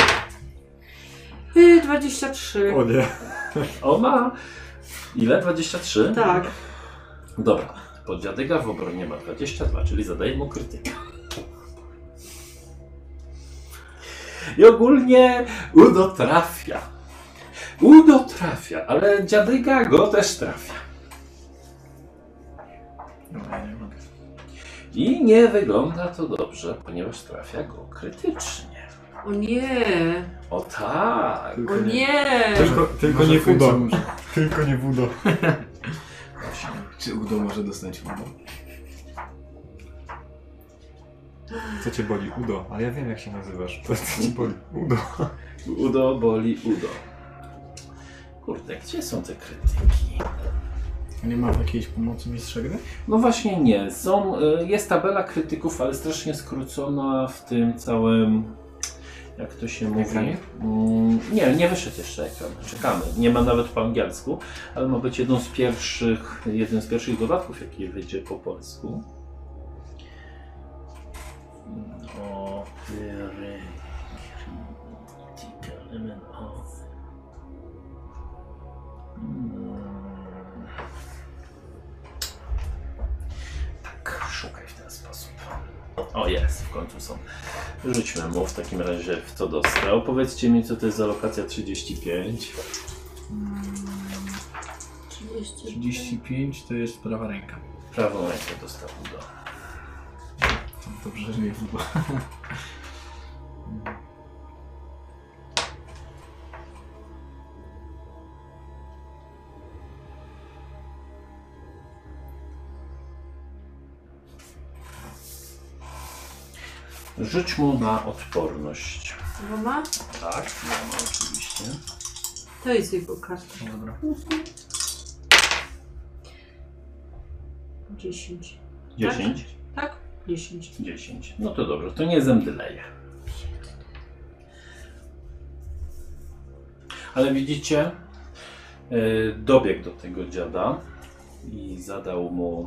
23. O nie. On ma... Ile? 23? Tak. Dobra, poddziadyga w obronie ma 22, czyli zadaje mu krytykę. I ogólnie Udo trafia. Udo trafia, ale dziadyga go też trafia. No, ja nie mogę. I nie wygląda to dobrze, ponieważ trafia go krytycznie. O nie. O tak! O nie. Tylko Może nie w końcu Udo. umrze. Tylko nie Udo. Czy Udo może dostać Udo? Co cię boli? Udo. Ale ja wiem jak się nazywasz. To co cię boli? Udo. Udo boli Udo. Kurde, gdzie są te krytyki? Nie ma jakiejś pomocy mistrza gry? No właśnie nie. Jest tabela krytyków, ale strasznie skrócona w tym całym... Jak to się mówi? Ekranie? Nie wyszedł jeszcze ekran. Czekamy. Nie ma nawet po angielsku, ale ma być jeden z pierwszych dodatków, jaki wyjdzie po polsku. O, critical element of... Tak, szukaj w ten sposób. O, jest, w końcu są. Rzućmy mu w takim razie w co dostał. Powiedzcie mi, co to jest za lokacja 35. 35 to jest prawa ręka. Prawą rękę dostał Udo. Dobrze, że nie Udo. Rzuć mu na odporność. Mama? Tak, ja mam oczywiście. To jest jego karta. Dobra. 10. 10? Tak? 10. 10. No to dobrze, to nie zemdleje. Ale widzicie, dobiegł do tego dziada i zadał mu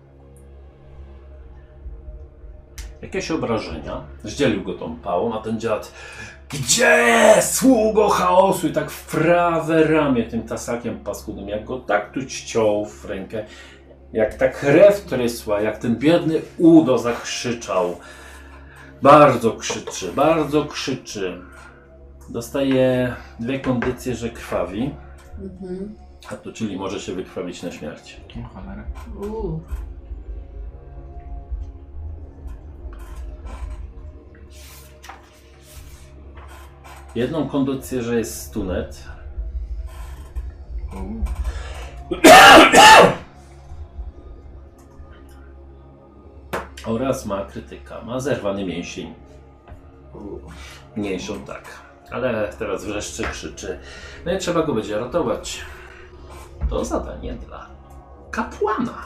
jakieś obrażenia. Zdzielił go tą pałą, a ten dziad: gdzie, sługo chaosu? I tak w prawe ramię tym tasakiem paskudnym, jak go tak tu ściął w rękę, jak ta krew trysła, jak ten biedny Udo zakrzyczał. Bardzo krzyczy, bardzo krzyczy. Dostaje 2 kondycje, że krwawi. A to czyli może się wykrwawić na śmierć. O cholera. Jedną kondycję, że jest stunet. Oraz ma krytyka. Ma zerwany mięsień. Mniejszą tak. Ale teraz wreszcie krzyczy. No i trzeba go będzie ratować. To zadanie dla kapłana.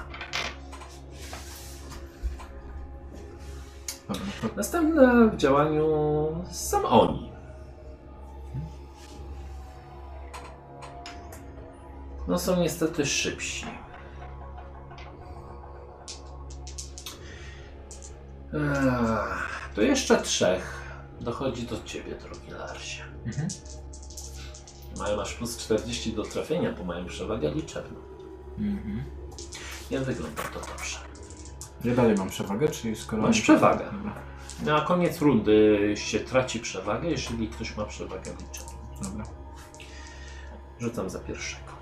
Dobra, to Następne w działaniu są oni. No są niestety szybsi. To jeszcze 3 dochodzi do ciebie, drogi Larsie. Masz plus 40 do trafienia, bo mają przewagę liczebną. Nie wygląda to dobrze. ja dalej mam przewagę, czy skoro... Masz przewagę. Dobra. Na koniec rundy się traci przewagę, jeżeli ktoś ma przewagę liczebną. Dobra. Rzucam za pierwszego.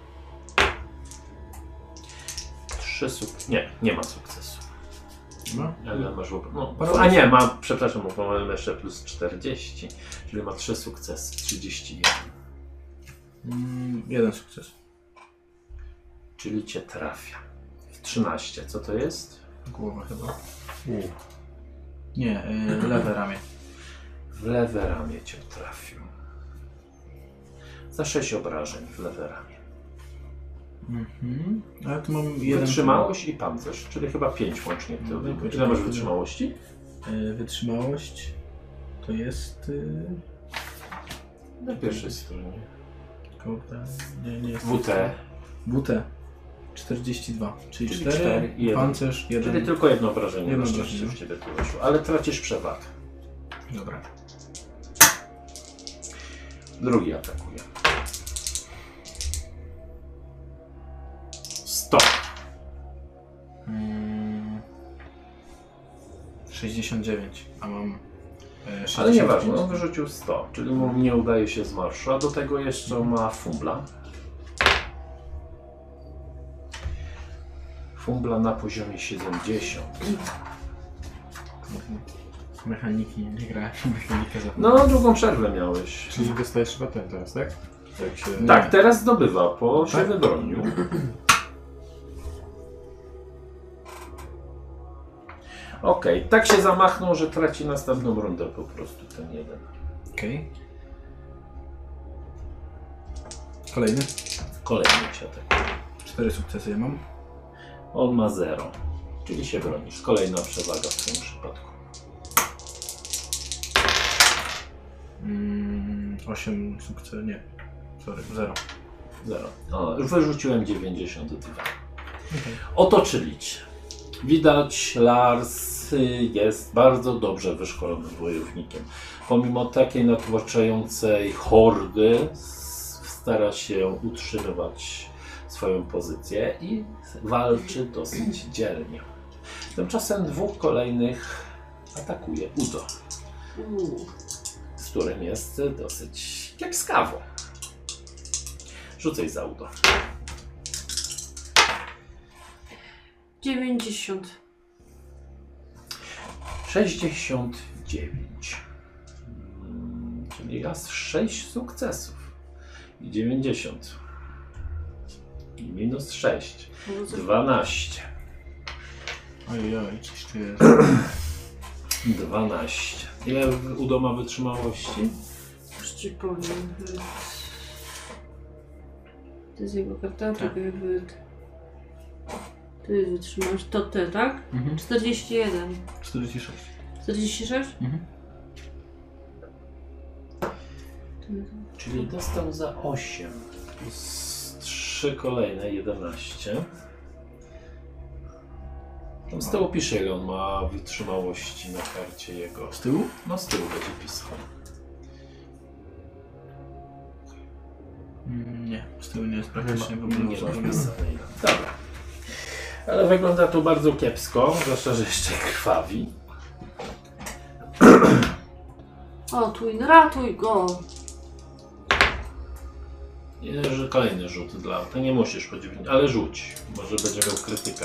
3 sukcesy. Nie ma sukcesu. No. Ale masz no, Parę a nie, ma, przepraszam, bo mam jeszcze plus 40, czyli ma 3 sukcesy, 31. 1 sukces. czyli cię trafia. W 13, co to jest? Głowa chyba. Nie, lewe ramię. W lewe ramię cię trafił. Za 6 obrażeń w lewe ramię. Mhm. Ale tu mam jeden... Wytrzymałość i pancerz, czyli chyba 5 łącznie. Ile masz wytrzymałości? Wytrzymałość to jest... Na pierwszej stronie. Kurde, nie jest. WT. WT. 42, czyli 4 4 i 1. pancerz, 1. Czyli tylko jedno obrażenie Jedno na szczęście obrażenie. w ciebie tu weszło, ale tracisz przewagę. Dobra. Drugi atakuje. 100. 69, a mam 65. Ale nieważne, on wyrzucił 100, czyli mu nie udaje się z marszu, a do tego jeszcze ma fumbla. Fumbla na poziomie 70. Mechaniki, nie grałem w mechanikę za No, długą przerwę miałeś. Czyli dostajesz chyba ten teraz, tak? Jak się... Tak, teraz zdobywa, bo się Tak? wybronił. Okej, tak się zamachnął, że traci następną rundę po prostu ten jeden. Okej. Kolejny. Kolejny się atakuje. 4 sukcesy ja mam. On ma 0, czyli się bronisz. Kolejna przewaga w tym przypadku. 8 sukcesów, nie. Sorry, 0. 0. O, już wyrzuciłem 92. Otoczyli cię. Widać, Lars jest bardzo dobrze wyszkolonym wojownikiem. Pomimo takiej natłaczającej hordy stara się utrzymywać swoją pozycję i walczy dosyć dzielnie. Tymczasem 2 kolejnych atakuje Udo, z którym jest dosyć kiepskawo. Rzucaj za Udo. 90. 69. Czyli raz 6 sukcesów. I 90. I minus 6. 12. Ojej, coś tu jest. 12. Ile Udo ma wytrzymałości? Już ci powiem. To jest jego karta, Tak. to jest wytrzymałość. To te, tak? 41. 46. 46? Czyli dostał za 8. Plus 3 kolejne 11. Tam z tyłu pisze, ile on ma wytrzymałości na karcie jego. Z tyłu? No z tyłu będzie pisał. Nie, z tyłu nie jest praktycznie w ogóle Nie ma uzupełnione. wpisanej. Dobra. Ale wygląda to bardzo kiepsko, zwłaszcza, że jeszcze krwawi. O, Twin, ratuj go! I że kolejny rzut dla... To nie musisz chodzić, ale rzuć. Może będzie miał krytyka.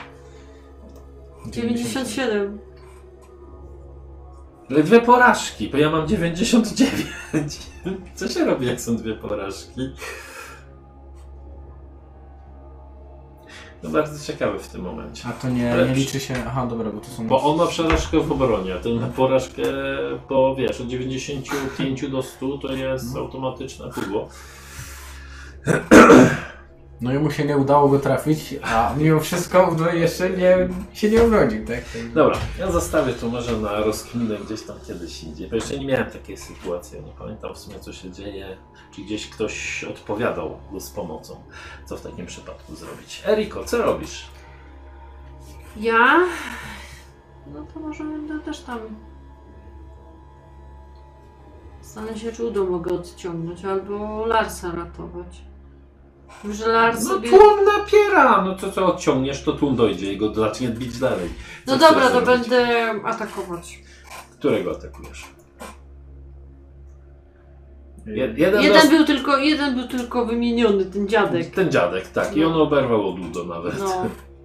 97. Ale 2 porażki, bo ja mam 99. Co się robi, jak są 2 porażki? No bardzo ciekawe w tym momencie. A to nie Ale liczy się... Aha, dobra, bo to są... Bo on ma porażkę w obronie, a ten ma porażkę, bo wiesz, od 95 do 100 to jest automatyczne pudło. No i mu się nie udało go trafić, a mimo wszystko jeszcze się nie urodził, tak? Dobra, ja zostawię to może na rozkminę gdzieś tam kiedyś indziej, bo jeszcze nie miałem takiej sytuacji, nie pamiętam w sumie co się dzieje, czy gdzieś ktoś odpowiadał z pomocą, co w takim przypadku zrobić. Eriko, co robisz? Ja? No to może będę też tam... Stanę się czudo mogę odciągnąć, albo Larsa ratować. Że Lars No sobie... tłum napiera, no to co odciągniesz, to tłum dojdzie i go zacznie bić dalej. Co No chcesz dobra, to zrobić? będę atakować. Którego atakujesz? Jeden był tylko wymieniony, ten dziadek. Ten dziadek, tak. I No. on oberwał od Udo nawet. No.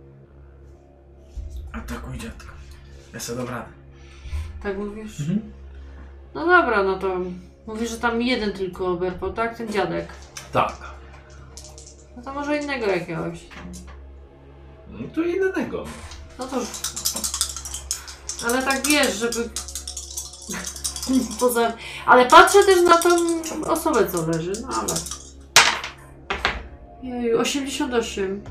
Atakuj dziadka. Ja sobie dam radę. Tak mówisz? No dobra, no to mówisz, że tam jeden tylko oberwał, tak? Ten dziadek. Tak. No to może innego jakiegoś. No to innego. No to... Ale tak wiesz, żeby... Poza... Ale patrzę też na tą osobę, co leży, no ale... Jeju, 88.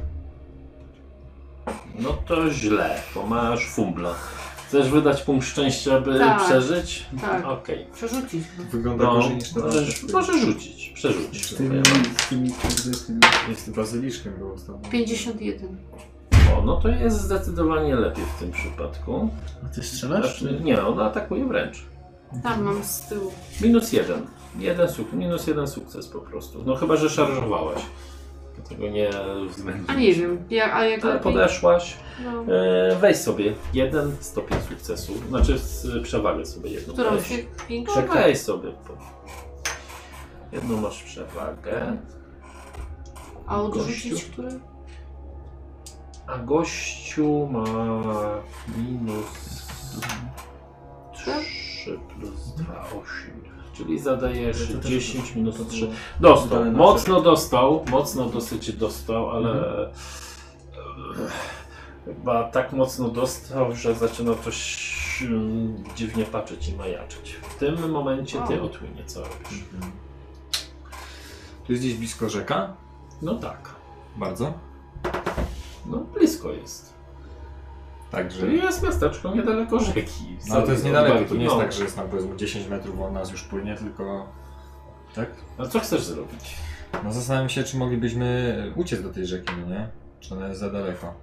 No to źle, bo masz fumbla. Chcesz wydać punkt szczęścia, aby Tak. przeżyć? Tak. Okej. Przerzucić. Wygląda No, gorzej niż to możesz rzucić, przerzuć. Z tymi Jest bazyliszkiem było ostatnio. 51. O, no to jest zdecydowanie lepiej w tym przypadku. A ty strzelasz? Znaczy, nie, ona atakuje wręcz. Tam mam z tyłu. Minus jeden sukces po prostu. No chyba, że szarżowałaś. Tego nie uwzględnić. A nie wiem, a jak Ale lepiej? podeszłaś. No. Weź sobie 1 stopień sukcesu. Znaczy przewagę sobie jedną. Którą weź. większą? No weź sobie. Jedną masz przewagę. A odrzucić Gościu. który? A gościu ma minus 3 plus 2, 8. Czyli zadajesz 10 minus 3. Dostał, mocno dosyć dostał, ale chyba tak mocno dostał, że zaczyna coś dziwnie patrzeć i majaczyć. W tym momencie ty Otwinie, co robisz? Tu jest gdzieś blisko rzeka? No tak, Bardzo. no blisko jest. Także... Czyli jest miasteczko niedaleko rzeki. No ale to jest niedaleko, to nie jest No. tak, że jest tam powiedzmy 10 metrów od nas już płynie, tylko... Tak? A co chcesz zrobić? No zastanawiam się, czy moglibyśmy uciec do tej rzeki, no nie? Czy ona jest za daleko?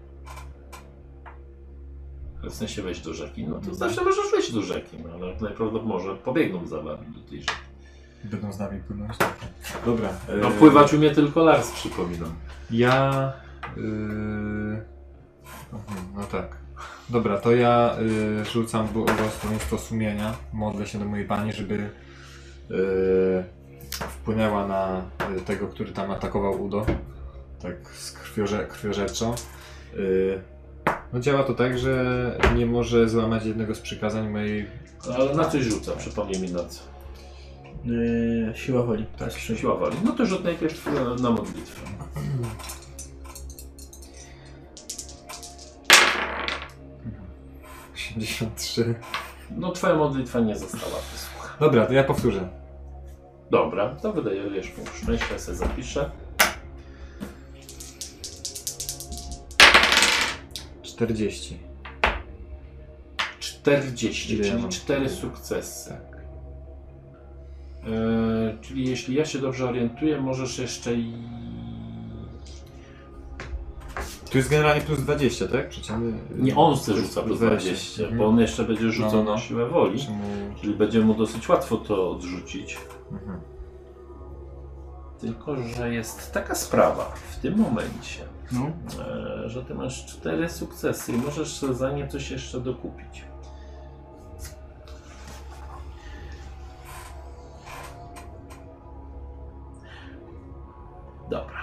W sensie wejść do rzeki, no to zawsze możesz wejść do rzeki, no ale najprawdopodobniej może pobiegną za wami do tej rzeki. Będą z nami płynąć? Dobra. No pływać umie tylko Lars, przypominam. Ja... No tak. Dobra, to ja rzucam błogosławieństwo sumienia. Modlę się do mojej pani, żeby wpłynęła na tego, który tam atakował Udo. Tak z krwiożerczo. No działa to tak, że nie może złamać jednego z przykazań mojej... Ale na coś rzuca, przypomnij mi na co. Siła woli. Tak, siła woli. No to rzut najpierw na modlitwę. 83. No twoja modlitwa nie została wysłuchana. Dobra, to ja powtórzę. Dobra, to wydajesz punkt szczęścia, ja sobie zapiszę. 40. 40, Ile ja czyli mam? 4 sukcesy. Czyli jeśli ja się dobrze orientuję, możesz jeszcze i... Tu jest generalnie plus 20, tak? Przeciętny... Nie, on se rzuca plus 20, bo on jeszcze będzie rzucał No. na siłę woli. Czemu... Czyli będzie mu dosyć łatwo to odrzucić. Mhm. Tylko, że jest taka sprawa w tym momencie, No. że ty masz 4 sukcesy i możesz za nie coś jeszcze dokupić. Dobra.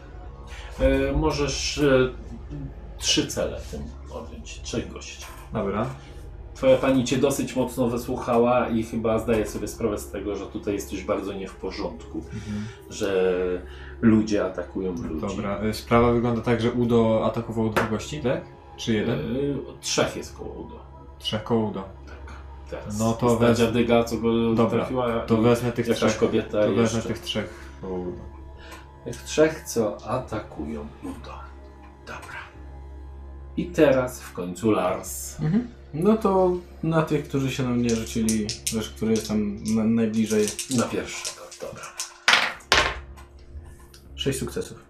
Możesz 3 cele w tym odjąć, 3 gości. Dobra. Twoja pani cię dosyć mocno wysłuchała i chyba zdaje sobie sprawę z tego, że tutaj jesteś bardzo nie w porządku, że ludzie atakują ludzi. Dobra. Sprawa wygląda tak, że Udo atakował 2 gości, tak? Czy 1? 3 jest koło Udo. 3 koło Udo. Tak. Teraz. No to jest ta wez- dziadyga, co go Dobra, trafiła. To i wezmę tych jakaś 3. kobieta To wezmę jeszcze. tych 3 koło Udo. Tych 3, co atakują Udo. Dobra. I teraz w końcu Lars. Mhm. No to na tych, którzy się na mnie rzucili, wiesz, który jest tam najbliżej. Na pierwszego. Dobra. 6 sukcesów.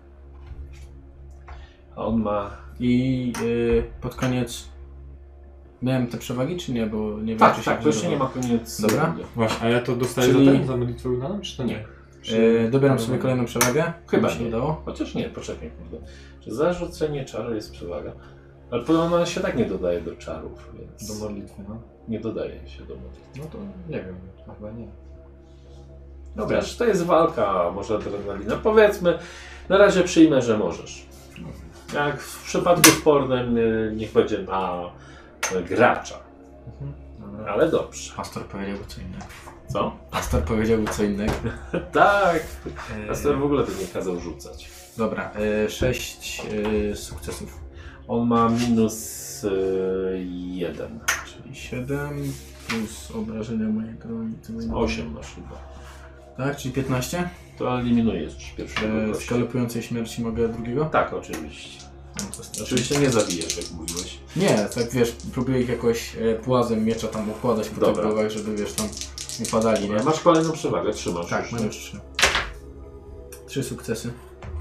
A on ma... I pod koniec miałem te przewagi, czy nie? Bo nie wiem, Tak, czy tak, się to jeszcze nie ma koniec. Dobra. Właśnie, a ja to dostaję Czyli- za ten, za modlitwę udaną, czy to nie? Dobieram sobie kolejną przewagę. Chyba się nie. udało. Chociaż nie, poczekaj, kurde. Czy zarzucenie czaru jest przewaga? Ale podobno się tak nie dodaje do czarów, więc... Do modlitwy, no. Nie dodaje się do modlitwy. No to nie wiem, to chyba nie. Dobra, to jest walka, może adrenalina. Powiedzmy, na razie przyjmę, że możesz. Jak w przypadku spornym niech będzie na gracza. Dobra. Ale dobrze. Pastor powiedziałby co innego. Co? Pastor powiedziałby co innego. Tak. Pastor w ogóle by nie kazał rzucać. Dobra, 6 sukcesów. On ma minus 1. Czyli 7 plus obrażenia mojej broni. 8 masz chyba. Tak, czyli 15? To eliminujesz pierwszego Z gościa. galopującej śmierci mogę drugiego? Tak, oczywiście. No, to jest- Oczywiście nie zabijesz, jak mówiłeś. Nie, tak wiesz, próbuję ich jakoś płazem miecza tam układać po tych Dobra. głowach, żeby wiesz tam upadali, nie? Masz kolejną przewagę, trzymasz. Tak, już, mam nie? już 3. 3 sukcesy.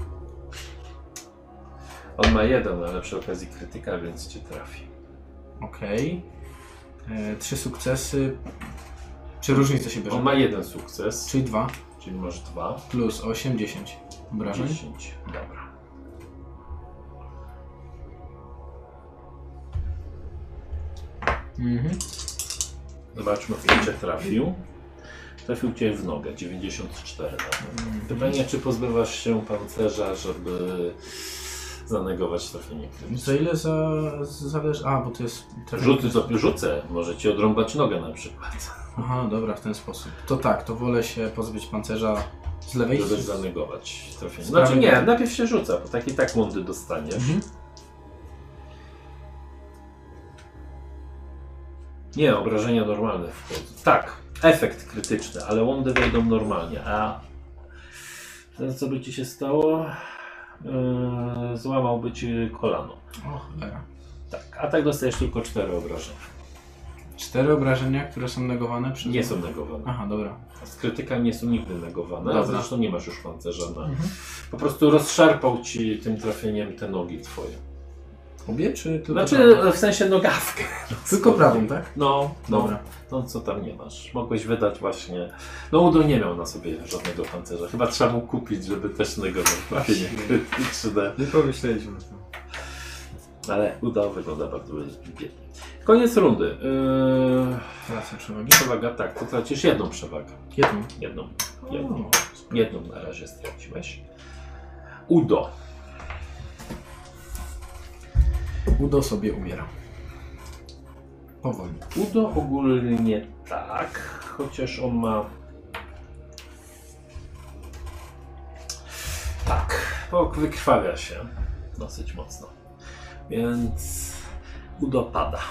On ma 1, ale przy okazji krytyka, więc cię trafi. Okej. 3 sukcesy. Czy różnica się bierze? On ma 1 sukces, Czyli 2 czyli masz 2. plus 8, 10 obrażeń. 10. Dobra. Mhm. Zobaczmy, kto cię trafił. Trafił cię w nogę, 94 na pewno. Pytanie, czy pozbywasz się pancerza, żeby zanegować trafienie krytyczne? Za ile zależy? A, bo to jest... Rzucę, może ci odrąbać nogę na przykład, Aha, dobra, w ten sposób. To tak, to wolę się pozbyć pancerza z lewej. żeby zanegować trafienie. Sprawy- Znaczy nie, najpierw się rzuca, bo tak i tak łądy dostaniesz. Mhm. Nie, obrażenia normalne wchodzą. Tak, efekt krytyczny, ale łądy wejdą normalnie. A to, co by ci się stało? Złamałby ci kolano. O cholera. Tak, a tak dostajesz tylko 4 obrażenia. 4 obrażenia, które są negowane przez... Nie są negowane. Aha, dobra. Z krytyka nie są nigdy negowane, a Dobra. zresztą nie masz już pancerza na... Po prostu rozszarpał ci tym trafieniem te nogi twoje. Obie, czy tylko Znaczy prawą? w sensie nogawkę. Tylko prawą, tak? No, Dobra. No co tam nie masz? Mogłeś wydać właśnie... No Udo nie miał na sobie żadnego pancerza. Chyba trzeba mu kupić, żeby też negował trafienie krytyczne. Nie pomyśleliśmy o tym. Ale Udo wygląda bardzo biednie. Koniec rundy. Tracę przewagi. Przewaga, tak, to tracisz jedną przewagę. Jedną. Jedną na razie straciłeś. Udo. Udo sobie umiera. Powoli. Udo ogólnie tak, chociaż on ma... Tak, bo wykrwawia się dosyć mocno. Więc Udo pada.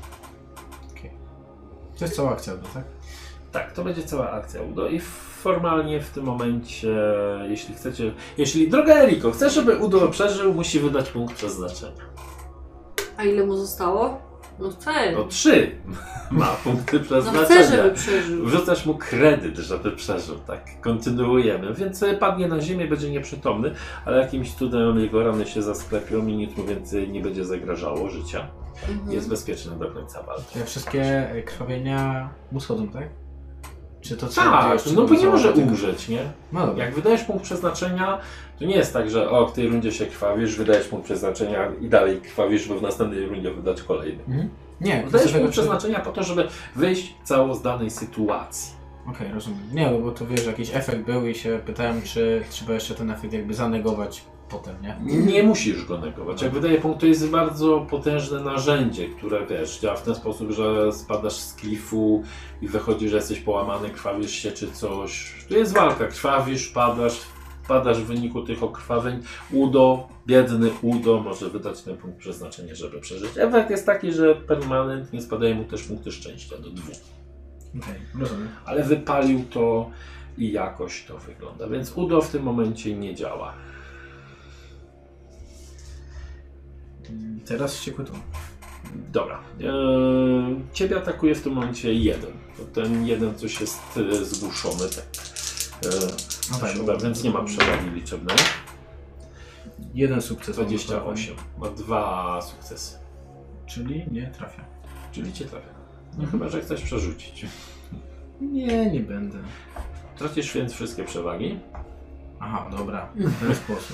To jest cała akcja, tak? Tak, to będzie cała akcja Udo i formalnie w tym momencie, jeśli chcecie... Droga Eriko, chcesz, żeby Udo przeżył, musi wydać punkt przeznaczenia. A ile mu zostało? No chcę. To 3 ma punkty No przeznaczenia. chcę, żeby przeżył. Wrzucasz mu kredyt, żeby przeżył, tak. Kontynuujemy, więc padnie na ziemię, będzie nieprzytomny, ale jakimś cudem jego rany się zasklepią i nic mu więcej nie będzie zagrażało życia. Mhm. Jest bezpieczny do końca walki. Te wszystkie krwawienia mu schodzą, tak? Czy to trzeba Tak, jeszcze no bo nie może dozować? umrzeć, nie? No dobra. Jak wydajesz punkt przeznaczenia, to nie jest tak, że w tej rundzie się krwawisz, wydajesz punkt przeznaczenia i dalej krwawisz, by w następnej rundzie wydać kolejny. Mhm. Nie, Wydajesz dlatego, punkt przeznaczenia po to, żeby wyjść cało z danej sytuacji. Okej, rozumiem. Nie, bo to wiesz, jakiś efekt był i się pytałem, czy trzeba jeszcze ten efekt jakby zanegować potem, nie? Nie musisz go negować. Jak wydaje punkt, to jest bardzo potężne narzędzie, które wiesz, działa w ten sposób, że spadasz z klifu i wychodzi, że jesteś połamany, krwawisz się czy coś. To jest walka, krwawisz, padasz w wyniku tych okrwawień. Udo, biedny Udo może wydać ten punkt przeznaczenia, żeby przeżyć. Efekt jest taki, że permanentnie spadają mu też punkty szczęścia do 2. Okej, rozumiem. Ale wypalił to i jakoś to wygląda, więc Udo w tym momencie nie działa. Teraz wściekły tu. Dobra. Ciebie atakuje w tym momencie jeden. To ten jeden coś jest zgłuszony. Tak. No tak, Dobra, więc nie ma przewagi liczebnej. Jeden sukces. 28. Ma 2 sukcesy. Czyli nie trafia. Czyli cię trafia. No chyba, że chcesz przerzucić. Nie będę. Tracisz więc wszystkie przewagi. Aha, dobra. W ten sposób.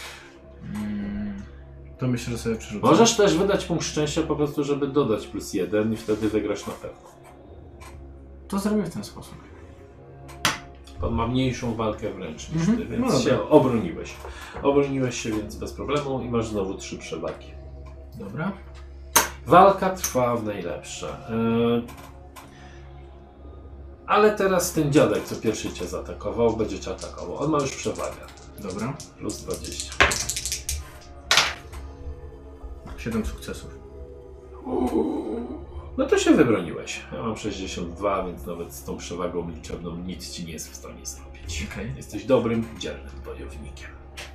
To myślę, że sobie przerzucę. Możesz też wydać punkt szczęścia po prostu, żeby dodać +1 i wtedy wygrasz na pewno. To zrobię w ten sposób. Pan ma mniejszą walkę wręcz niż ty, więc No się dobra. obroniłeś. Obroniłeś się więc bez problemu i masz znowu 3 przewagi. Dobra. Walka trwa w najlepsze. Ale teraz ten dziadek, co pierwszy cię zaatakował, będzie cię atakował. On ma już przewagę. Dobra. Plus 20. 7 sukcesów. No to się wybroniłeś. Ja mam 62, więc nawet z tą przewagą liczebną nic ci nie jest w stanie zrobić. Okej. Jesteś dobrym, dzielnym wojownikiem.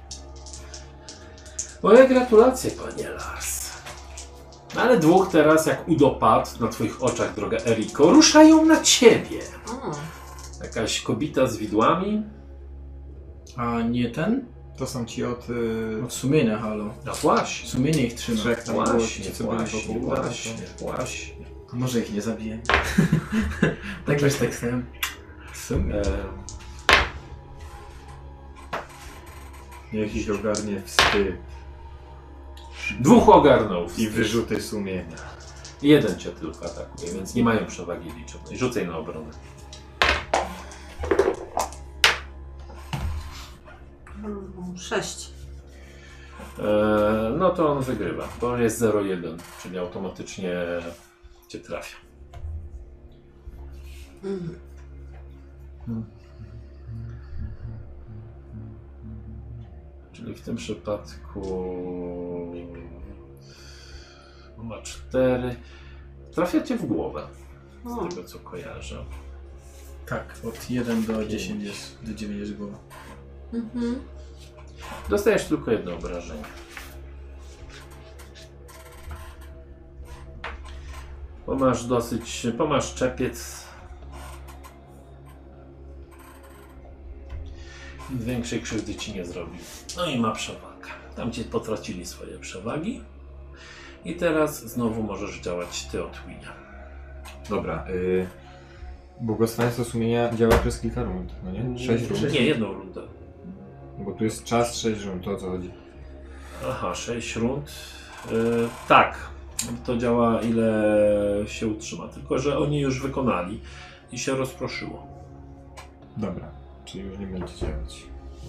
Moje gratulacje, panie Lars. Ale dwóch teraz, jak udopadł na twoich oczach, droga Eriko, ruszają na ciebie. O, Jakaś kobieta z widłami. A nie ten? To są ci od... Od sumienia, halo. No właśnie. Sumienie ich trzyma. Trzech tam było, Właśnie, ci co byli właśnie, wokół. właśnie. A może ich nie zabiję? Tak już tak stałem. Sumie. Niech ich ogarnie wstyd. Dwóch ogarnął. I wyrzuty sumienia. Jeden cię tylko atakuje, więc nie mają przewagi liczebnej. Rzucaj na obronę. mm, 6. No to on wygrywa, bo jest 0-1, czyli automatycznie cię trafia. Mhm. Czyli w tym przypadku ma 4. Trafia cię w głowę, O, z tego co kojarzę. Tak, od 1 do 10 jest, do 9 jest głowa. mhm. Dostajesz tylko jedno obrażenie. Bo masz czepiec. Większej krzywdy ci nie zrobił. No i ma przewagę. Tam ci potracili swoje przewagi. I teraz znowu możesz działać ty, Otwinie. Dobra. Błogosławieństwo sumienia działa przez kilka rund, no nie? 6 rund. Nie, jedną rundę. Bo tu jest czas 6 rund, to o co chodzi? Aha, 6 rund. Tak, to działa ile się utrzyma. Tylko że oni już wykonali i się rozproszyło. Dobra, czyli już nie będzie działać.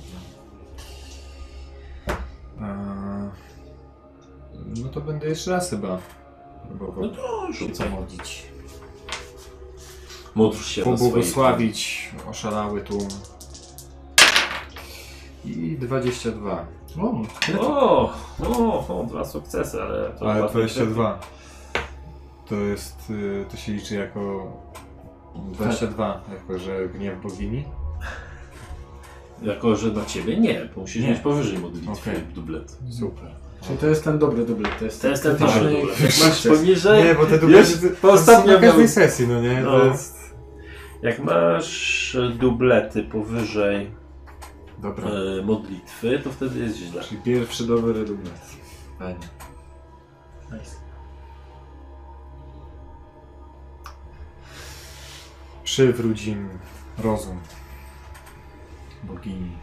No to będę jeszcze raz chyba próbował No to się rzucaj. pomodlić. Módl się do Pobłogosławić oszalały tłum. I 22. O, 2 sukcesy, ale to Ale dwa 22. To jest, to się liczy jako 22, jako że gniew bogini. Jako, że na ciebie nie, bo musisz Nie. mieć powyżej modlitwy Okej. dublet. Super. Czyli to jest ten dobry dublet. To jest To jest ten krytyczny dobry dublet. Jak masz sukces. poniżej, Nie, bo te dublety Jest, to ostatnio są na każdej miał- sesji, no nie? No. To jest... jak masz dublety powyżej Dobra. modlitwy, to wtedy jest źle. Czyli pierwszy dobry dublet. Fajnie. Nice. Przywróć im rozum bogini.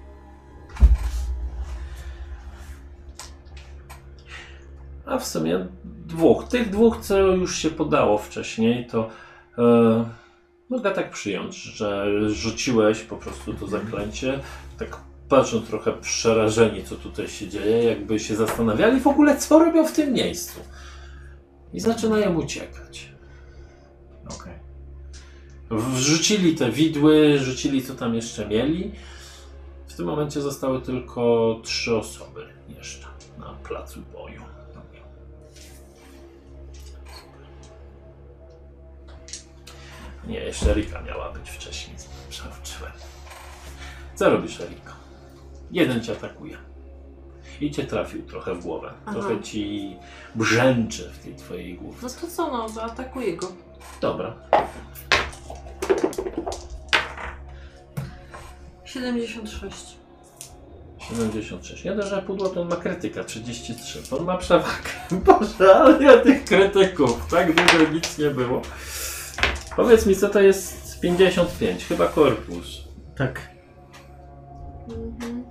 A w sumie tych dwóch, co już się podało wcześniej, to mogę tak przyjąć, że rzuciłeś po prostu to zaklęcie, tak patrzą trochę przerażeni, co tutaj się dzieje, jakby się zastanawiali w ogóle, co robią w tym miejscu. I zaczynają uciekać. Okej. Wrzucili te widły, rzucili co tam jeszcze mieli. W tym momencie zostały tylko 3 osoby jeszcze na placu boju. Nie, jeszcze Rika miała być wcześniej. Przeoczyłem. Co robisz, Eriko? Jeden cię atakuje. I cię trafił trochę w głowę. Aha. Trochę ci brzęczy w tej twojej No główce. to co, no, zaatakuję go. Dobra. 76. 76. Nie dość, że pudło to on ma krytyka 33. On ma przewagę. Boże, ale ja tych krytyków. Tak dużo nic nie było. Powiedz mi, co to jest 55? Chyba korpus. Tak. Mhm.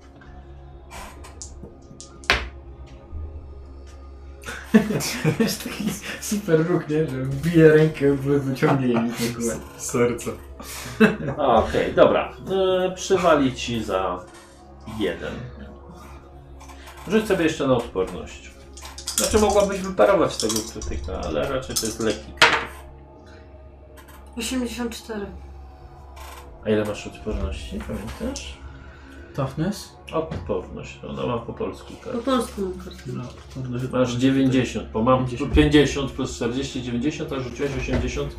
Jest taki super ruch, nie? Że bije rękę, wyciągnie jej mi w ogóle. Serce. Okej, dobra. Przywali ci za 1. Rzuć sobie jeszcze na odporność. Znaczy mogłabyś wyparować tego krytyka, ale raczej to jest lekki krytyk. 84. A ile masz odporności? Pamiętasz? Toughness? Odporność. Ona ma po polsku Po kartę. polsku mam kartę. No, odporność. Masz 90, bo mam 50. 50 plus 40, 90, a rzuciłeś 80.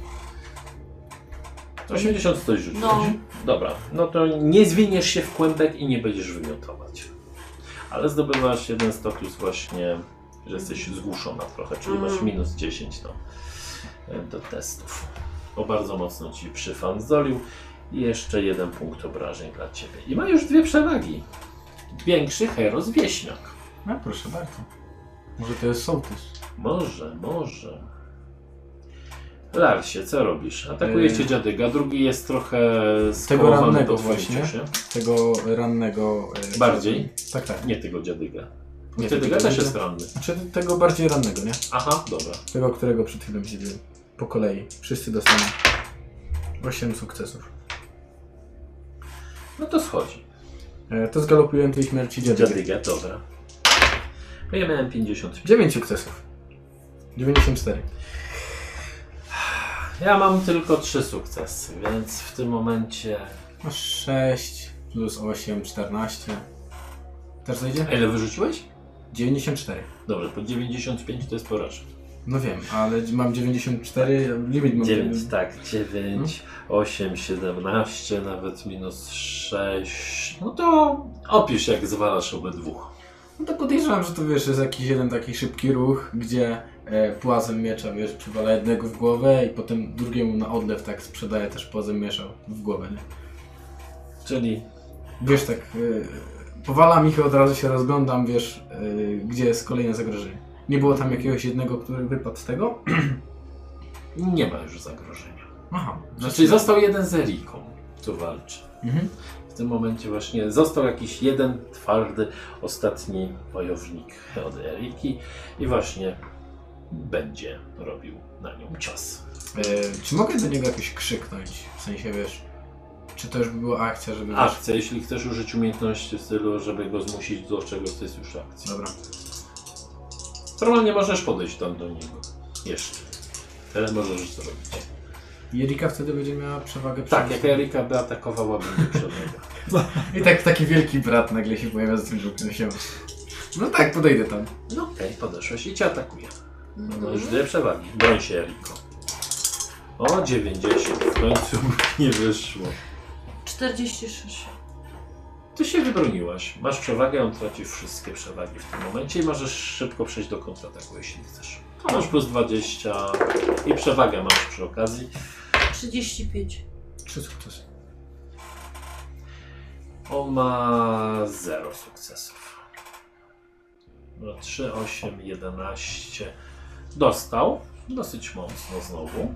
80 coś rzuciłeś. No. Dobra, no to nie zwiniesz się w kłębek i nie będziesz wymiotować. Ale zdobywasz jeden status właśnie, że jesteś zgłuszona trochę, czyli masz minus 10 do testów. Bo bardzo mocno ci przyfanzolił. I jeszcze jeden punkt obrażeń dla ciebie. I ma już 2 przewagi. Większy heros wieśniak. No proszę bardzo. Może to jest sołtys. Może. Larsie, co robisz? Atakuje cię dziadyga, drugi jest trochę Tego skołowany rannego po twoim właśnie. ciosie. Tego rannego... Bardziej? Tak. Nie tego dziadyga. Nie Dziadyga tego też jest dziadyga. ranny. Znaczy tego bardziej rannego, nie? Aha, dobra. Tego, którego przed chwilą widziałem. Po kolei. Wszyscy dostaną 8 sukcesów. No to schodzi. To zgalopuję tej śmierci dziadygę. Dziadyga, dobra. No ja miałem 50. 9 sukcesów. 94. Ja mam tylko 3 sukcesy, więc w tym momencie... Masz 6 plus 8, 14. Też zajdzie? A ile wyrzuciłeś? 94. Dobrze, po 95 to jest porażka. No wiem, ale mam 94, limit mam 9, tak, 9, 8, 17, nawet minus 6. No to opisz, jak zwalasz obydwu. No to podejrzewam, że to wiesz, jest jakiś jeden taki szybki ruch, gdzie płazem miecza, wiesz, przywala jednego w głowę i potem drugiemu na odlew tak sprzedaje też płazem miecza w głowę, nie? Czyli Wiesz, tak powalam ich i od razu się rozglądam, wiesz, gdzie jest kolejne zagrożenie. Nie było tam jakiegoś jednego, który wypadł z tego? nie ma już zagrożenia. Aha. Znaczy został jeden z Eriką, co walczy. Mhm. W tym momencie właśnie został jakiś jeden twardy, ostatni wojownik od Eriki i właśnie będzie robił na nią cios. Czy mogę do niego jakoś krzyknąć? W sensie, wiesz, czy to już by była akcja, żeby... Akcja, jeśli chcesz użyć umiejętności w stylu, żeby go zmusić do czegoś, to jest już akcja. Dobra. Normalnie możesz podejść tam do niego. Jeszcze. Tyle możesz zrobić. I Erika wtedy będzie miała przewagę Tak, jak Erika by atakowała, będzie przebiega. I tak taki wielki brat nagle się pojawia za tym żółtym się. No tak, podejdę tam. No okej, podeszłeś i cię atakuje. No Mhm. już 2 przewagi. Broń się, Eriko. O, 90. W końcu nie wyszło. 46. Ty się wybroniłaś. Masz przewagę, on traci wszystkie przewagi w tym momencie i możesz szybko przejść do kontrataku, jeśli chcesz. Masz plus 20 i przewagę masz przy okazji. 35. 3 sukcesy. On ma 0 sukcesów. No, 3, 8, 11. Dostał. Dosyć mocno znowu.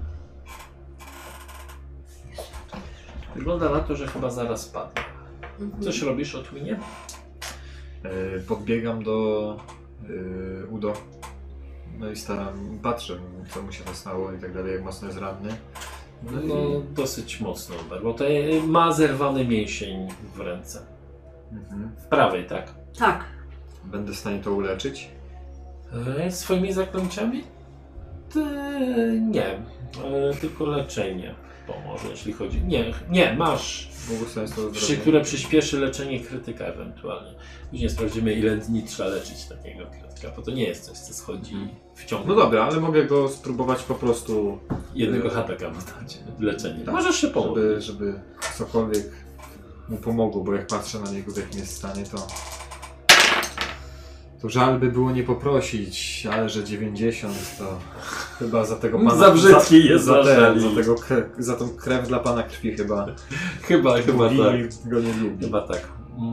Wygląda na to, że chyba zaraz padnie. Coś robisz, Otwinie? Podbiegam do Udo. No i patrzę, co mu się to stało i tak dalej, jak mocno jest ranny. No, dosyć mocno, bo to ma zerwany mięsień w ręce. W prawej, tak? Tak. Będę w stanie to uleczyć? Swoimi zaklęciami? Nie. Tylko leczenie pomoże, jeśli chodzi... Nie, masz... Błogosławieństwo Przy zdrowia. które przyspieszy leczenie krytyka ewentualnie. Później sprawdzimy, ile dni trzeba leczyć takiego krytyka, bo to nie jest coś, co schodzi w ciągu No dobra, ale mogę go spróbować po prostu, jednego HPK dać leczenie. Tak, Możesz się pomóc. żeby cokolwiek mu pomogło, bo jak patrzę na niego w jakim jest stanie, to żal by było nie poprosić, ale że 90 to chyba za tego pana... Za brzydki jest za, zażeli. za tą krew dla pana krwi chyba Chyba tak. go nie lubi. Chyba tak.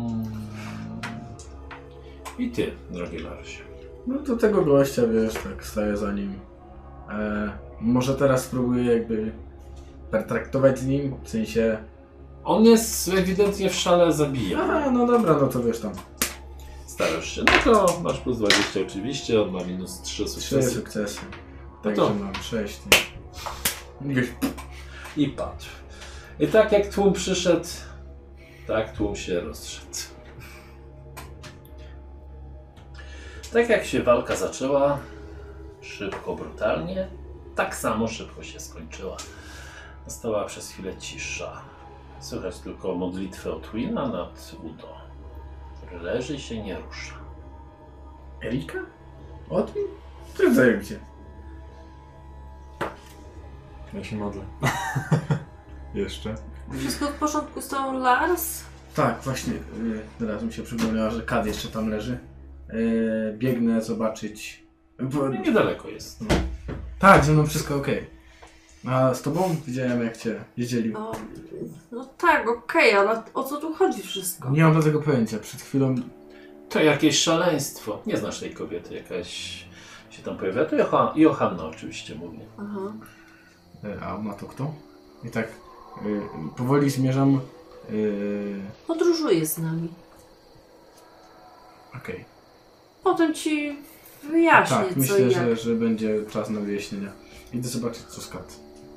I ty, drogi Larsie. No to tego gościa, wiesz, tak staję za nim. Może teraz spróbuję jakby pertraktować z nim, w sensie... On jest ewidentnie w szale zabija. Aha, no dobra, no to wiesz tam. Starasz się. No to masz plus 20 oczywiście, on ma minus 3 3 sukcesy. sukcesy. No Także to. mam 6. Nie. I patrz. I tak jak tłum przyszedł, tak tłum się rozszedł. Tak jak się walka zaczęła, szybko, brutalnie, tak samo szybko się skończyła. Nastała przez chwilę cisza. Słychać tylko modlitwę Otwina nad Udo. Leży i się nie rusza. Erika? Otwin? Sprawdzają cię. Ja się modlę. Jeszcze. Wszystko w porządku z tą Lars? Tak, właśnie. Teraz mi się przypomniała, że Kad jeszcze tam leży. Biegnę zobaczyć. Niedaleko jest. Tak, ze mną wszystko okej. A z tobą? Widziałem jak cię jeździli. No tak, okej, ale o co tu chodzi wszystko? Nie mam do tego pojęcia. Przed chwilą... To jakieś szaleństwo. Nie znasz tej kobiety, jakaś się tam pojawia. To Johanna oczywiście mówi. Aha. A ma to kto? I tak powoli zmierzam. Podróżuje z nami. Okej. Potem ci wyjaśnię, Tak, co myślę, i jak. że będzie czas na wyjaśnienia. Idę zobaczyć co z Kat.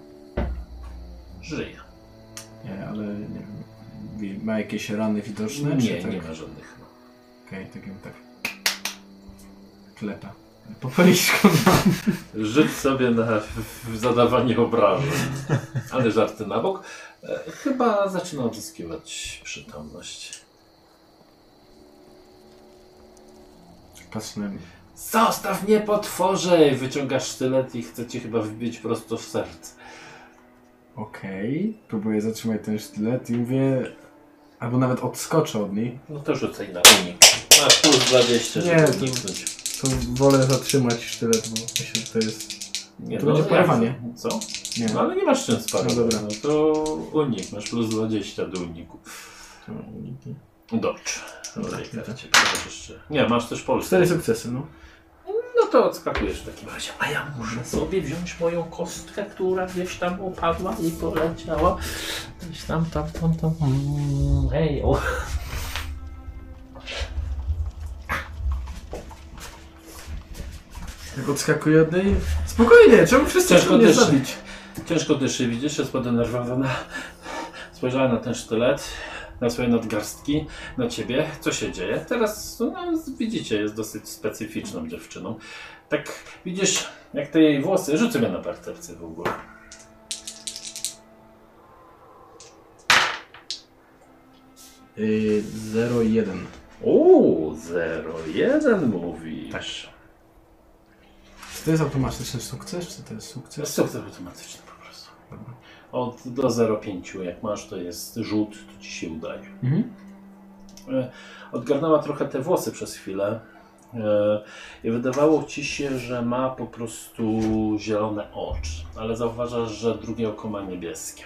Żyje. Nie, ale nie wiem. Ma jakieś rany widoczne? Nie, czy tak? nie ma żadnych. Okej, tak ją tak. Klepa. Po policzku. Rzuć sobie na zadawanie obrażeń. Ale żarty na bok. Chyba zaczyna odzyskiwać przytomność. Patrz na mnie. Zostaw mnie, potworze! Wyciągasz sztylet i chce ci chyba wbić prosto w serce. Okej. Próbuję zatrzymać ten sztylet i mówię... Albo nawet odskoczę od niej. No to rzucaj na unik. Masz plus 20, żeby Nie, to- uniknąć. To wolę zatrzymać sztylet, bo myślę, że to jest... Nie, To będzie jak- parowanie. Co? Nie. No ale nie masz czym sparować. No dobra. No to unik, masz plus 20 do uniku. Dobrze. Dobra, Tak, tak. jeszcze. Nie, masz też Polskę. 4 sukcesy, no. No to odskakujesz w takim razie. A ja muszę sobie wziąć moją kostkę, która gdzieś tam upadła i poleciała. Gdzieś tam. Hej, o. Jak odskakuję od niej... Spokojnie, czemu wszyscy Ciężko chcą mnie dyszy. zabić? Ciężko dyszy, widzisz, jest podenerwowana. Spojrzała na ten sztylet, na swoje nadgarstki, na ciebie. Co się dzieje? Teraz, no, widzicie, jest dosyć specyficzną dziewczyną. Tak, widzisz, jak te jej włosy... Rzucę mnie na percepcję w ogóle. Yy, 0,1. Uuu, 0,1 mówisz. Czy to jest automatyczny sukces, czy to jest To sukces? jest sukces automatyczny po prostu. Od do 0,5 jak masz, to jest rzut, to ci się udaje. Mhm. Odgarnęła trochę te włosy przez chwilę i wydawało ci się, że ma po prostu zielone oczy, ale zauważasz, że drugie oko ma niebieskie.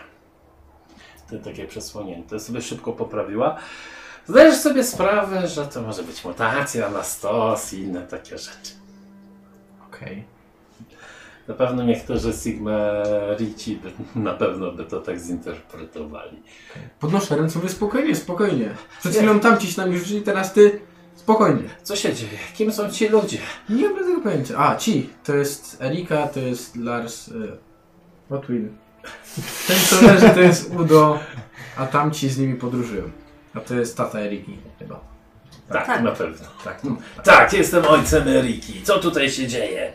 To takie przesłonięte. Sobie szybko poprawiła. Zdajesz sobie sprawę, że to może być mutacja na stos i inne takie rzeczy. Okej. Na pewno niektórzy Sigmarici na pewno by to tak zinterpretowali. Podnoszę ręce, mówię spokojnie, spokojnie. Przed chwilą tamci się nami rzucili, teraz ty... Spokojnie. Co się dzieje? Kim są ci ludzie? Nie mam tego pojęcia. A, ci. To jest Erika, to jest Lars... Otwin. Ten co leży to jest Udo, a tamci z nimi podróżują. A to jest tata Eriki chyba. Tak, Tak. na pewno. Tak. Tak, jestem ojcem Eriki. Co tutaj się dzieje?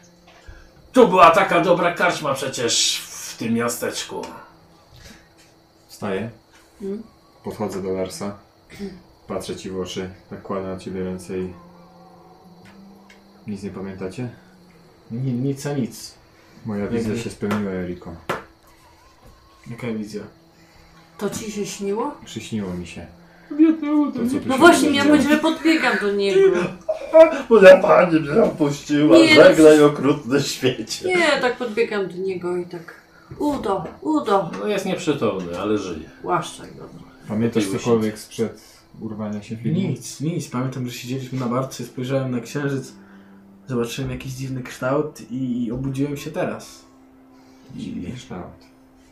Tu była taka dobra karczma przecież w tym miasteczku. Wstaję, Mm. podchodzę do Larsa, patrzę ci w oczy, tak kładę na ciebie ręce i... Nic nie pamiętacie? Nic a nic. Moja wizja się spełniła, Eriko. Jaka wizja? To ci się śniło? Przyśniło mi się. To, co tu No się właśnie, miałem wydarzyło. powiedzieć, że podbiegam do niego. Moja pani mnie opuściła. Nie, Żegnaj okrutny świecie. Nie, tak podbiegam do niego i tak... Udo, No jest nieprzytomny, ale żyje. łaszczak go. Pamiętasz Tej cokolwiek sprzed urwania się filmu? Nic. Pamiętam, że siedzieliśmy na barce, spojrzałem na księżyc, zobaczyłem jakiś dziwny kształt i obudziłem się teraz. Dziwny kształt.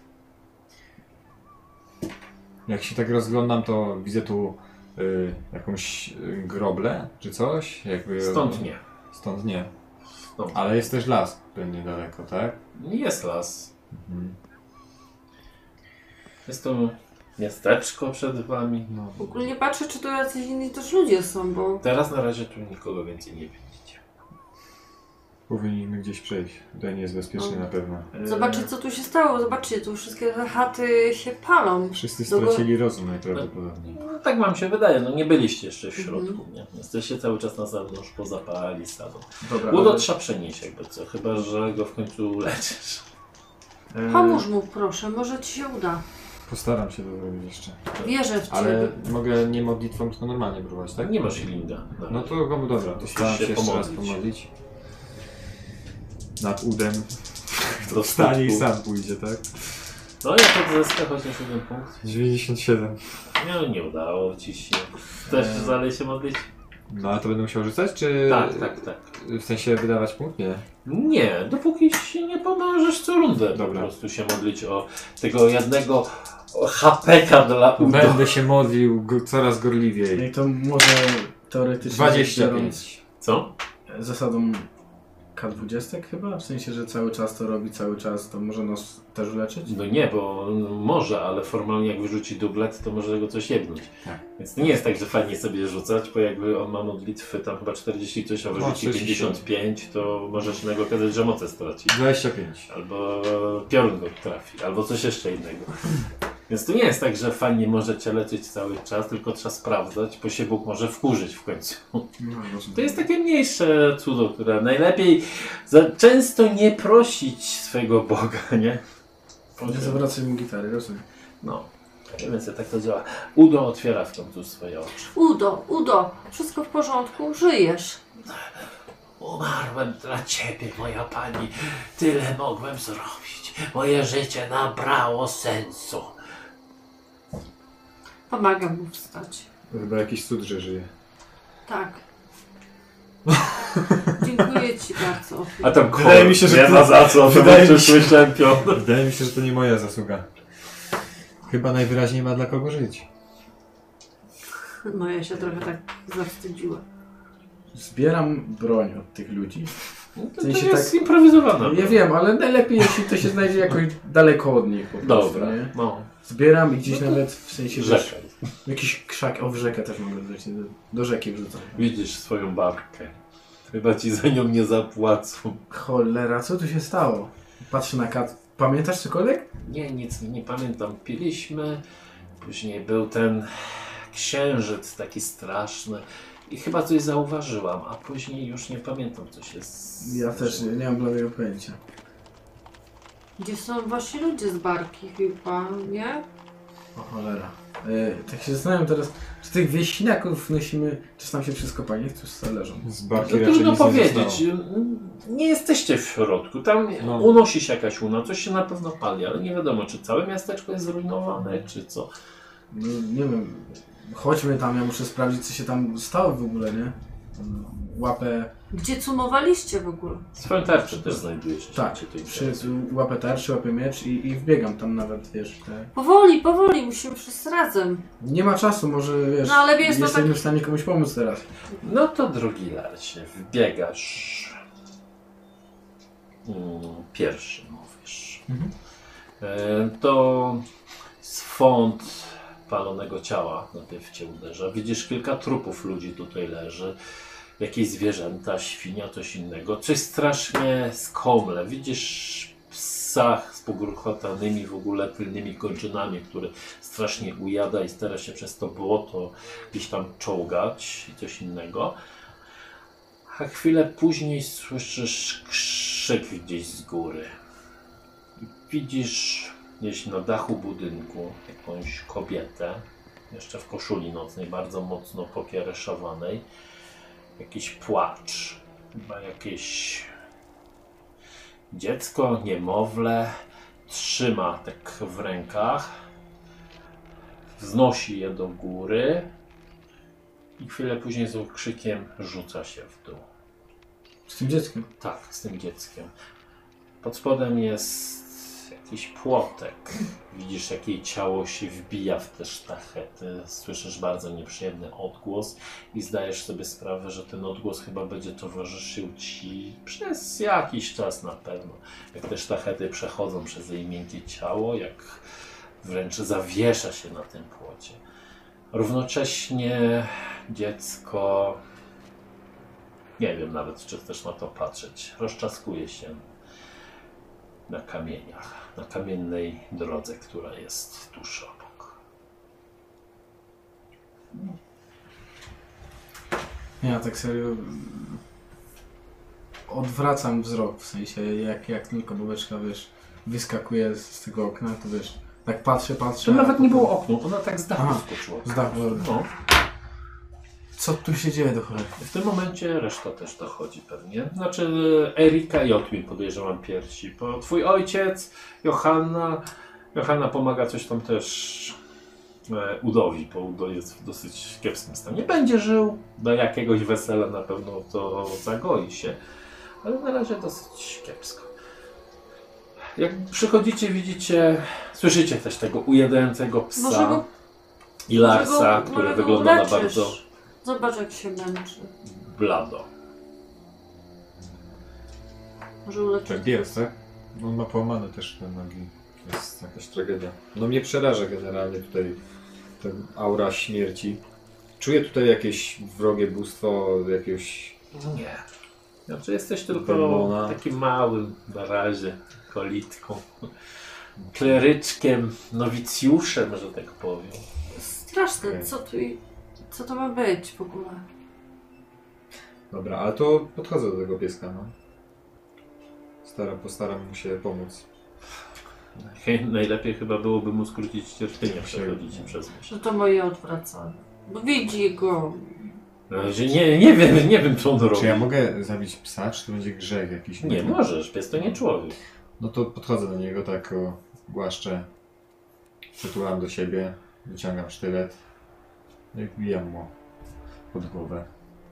Jak się tak rozglądam, to widzę tu jakąś groblę czy coś? Jakby, Stąd nie. Stąd nie. Stąd. Ale jest też las tutaj niedaleko, tak? Jest las. Mhm. Jest to miasteczko przed wami. No. Ogólnie patrzę, czy tu jacyś inni też ludzie są, bo... Teraz na razie tu nikogo więcej nie widzicie. Powinniśmy gdzieś przejść. Tutaj nie jest bezpiecznie na pewno. Zobaczcie, co tu się stało. Zobaczcie, tu wszystkie te chaty się palą. Wszyscy stracili rozum najprawdopodobniej. No, tak wam się wydaje, no nie byliście jeszcze w środku, nie? Jesteście cały czas na zewnątrz, poza palisadą. Dobra, Udo ale- trzeba przenieść jakby co, chyba że go w końcu leczysz. Pomóż mu, proszę, może ci się uda. Postaram się to zrobić jeszcze. Wierzę w ciebie. Ale mogę nie modlitwą, tylko normalnie próbować, tak? Nie masz healinga. No to komu dobra, to Musisz staram się się jeszcze raz pomodlić. pomodlić. Nad udem. Do Wstanie i skutku. sam pójdzie, tak? No ja podzyskam chociaż jeden punkt. 97. Nie udało ci się. Też dalej się modlić? No ale to będę musiał rzucać, czy... Tak. W sensie wydawać punkt? Nie. Nie, dopóki się nie pomożesz co rundę. Dobra. Po prostu się modlić o tego jednego HP-ka dla Udo. Będę się modlił coraz gorliwiej. I to może teoretycznie 25. Co? zasadą K20 chyba? W sensie, że cały czas to robi, cały czas to może nas też leczyć? No nie, bo może, ale formalnie jak wyrzuci dublet, to może go coś jebnąć. Tak. Więc to nie jest tak, że fajnie sobie rzucać, bo jakby on ma modlitwy tam chyba 40 coś, a wyrzuci 55, to możesz innego okazać, że moce straci. 25. Albo piorun go trafi, albo coś jeszcze innego. Więc to nie jest tak, że fajnie możecie lecieć cały czas, tylko trzeba sprawdzać, bo się Bóg może wkurzyć w końcu. No, rozumiem. To jest takie mniejsze cudo, które najlepiej za często nie prosić swojego Boga, nie? Nie zawracaj mu gitary, rozumiem. No, mniej więcej tak to działa. Udo otwiera w końcu swoje oczy. Udo, wszystko w porządku? Żyjesz. Umarłem dla ciebie, moja pani. Tyle mogłem zrobić. Moje życie nabrało sensu. Pomagam mu wstać. To chyba jakiś cud, że żyje. Tak. Dziękuję ci bardzo. A tam Wydaje mi się, że nie to- ma za co, to wydaje mi się- przyszły czempion. Wydaje mi się, że to nie moja zasługa. Chyba najwyraźniej ma dla kogo żyć. No ja się trochę tak zawstydziła. Zbieram broń od tych ludzi. No W sensie jest tak- improwizowana. Ja wiem, ale najlepiej jeśli to się znajdzie jakoś daleko od nich po prostu, Dobra, nie? no. Zbieram i gdzieś nawet w sensie wiesz, Rzeka. jakiś krzak, w rzekę też mogę wrzucić, do rzeki wrzucam. Widzisz swoją babkę. Chyba ci za nią nie zapłacą. Cholera, co tu się stało? Patrzę na kat. Pamiętasz cokolwiek? Nie, nic nie pamiętam. Piliśmy. Później był ten księżyc taki straszny. I chyba coś zauważyłam, a później już nie pamiętam, co się Ja też nie mam bladego pojęcia. Gdzie są wasi ludzie z barki chyba, nie? O cholera. Tak się zastanawiam teraz, czy tych wieśniaków nosimy, czy tam się wszystko pali, którzy sobie leżą. Z barki To raczej trudno nic nie powiedzieć. zostało. Nie jesteście w środku. Tam No. unosi się jakaś łuna, coś się na pewno pali, ale nie wiadomo, czy całe miasteczko jest zrujnowane, czy co. No, nie wiem, chodźmy tam, ja muszę sprawdzić, co się tam stało w ogóle, nie? Łapę, Gdzie cumowaliście w ogóle? Swoją tarczę też znajdujesz. jeśli tak, cię to interesuje. łapę tarczy, łapę miecz i wbiegam tam nawet, wiesz, te... Powoli, musimy wszyscy razem. Nie ma czasu, może, wiesz, No, ale wiesz, no jesteśmy tak- w stanie komuś pomóc teraz. No to drugi Larsie, wbiegasz. Pierwszy mówisz. Mhm. To swąd palonego ciała najpierw cię uderza. Widzisz kilka trupów ludzi tutaj leży. Jakieś zwierzęta, świnia, coś innego. Coś strasznie skomle. Widzisz psa z pogruchotanymi w ogóle tylnymi kończynami, który strasznie ujada i stara się przez to błoto gdzieś tam czołgać i coś innego. A chwilę później słyszysz krzyk gdzieś z góry. I widzisz gdzieś na dachu budynku jakąś kobietę, jeszcze w koszuli nocnej, bardzo mocno popiereszowanej. Jakiś płacz, chyba jakieś dziecko, niemowlę, trzyma tak w rękach, wznosi je do góry i chwilę później z okrzykiem rzuca się w dół. Z tym dzieckiem. Tak, z tym dzieckiem. Pod spodem jest jakiś płotek. Widzisz, jak jej ciało się wbija w te sztachety. Słyszysz bardzo nieprzyjemny odgłos i zdajesz sobie sprawę, że ten odgłos chyba będzie towarzyszył ci przez jakiś czas na pewno. Jak te sztachety przechodzą przez jej miękkie ciało, jak wręcz zawiesza się na tym płocie. Równocześnie dziecko Nie wiem nawet, czy chcesz na to patrzeć. Rozczaskuje się na kamieniach, na kamiennej drodze, która jest tuż obok. Ja tak serio odwracam wzrok, w sensie jak tylko babeczka, wiesz, wyskakuje z tego okna, to wiesz, tak patrzę. To nawet nie było okno, ona tak z dachu Aha, skoczyła. z dachu. No. Co tu się dzieje do cholery? W tym momencie reszta też dochodzi pewnie. Znaczy Erika i Otwin podejrzewam pierwsi. Bo twój ojciec, Johanna pomaga coś tam też Udowi, bo Udo jest w dosyć kiepskim stanie. Będzie żył, do jakiegoś wesela na pewno to zagoi się, ale na razie dosyć kiepsko. Jak przychodzicie, widzicie, słyszycie też tego ujadającego Może psa go, i Larsa, który może go wygląda na uleczysz. bardzo Zobacz, jak się męczy. blado. Może uleczysz. Tak jest, tak? On ma połamane też te nogi. To jest jakaś tragedia. No mnie przeraża generalnie tutaj ta aura śmierci. Czuję tutaj jakieś wrogie bóstwo, jakiegoś... Nie. Znaczy jesteś tylko Demona. takim małym na razie kolitką, kleryczkiem, nowicjuszem, że tak powiem. Straszne, Okej. co to ma być w ogóle? Dobra, ale to podchodzę do tego pieska, no. Postaram mu się pomóc. Najlepiej chyba byłoby mu skrócić cierpienie, przechodzić przez myśl. Że to moje odwracanie. Bo widzi go. Na razie nie wiem co on robi. Czy ja mogę zabić psa, czy to będzie grzech jakiś? Nie możesz, pies to nie człowiek. No to podchodzę do niego, tak o, głaszczę, przytulam do siebie, wyciągam sztylet i wbijam mu pod głowę.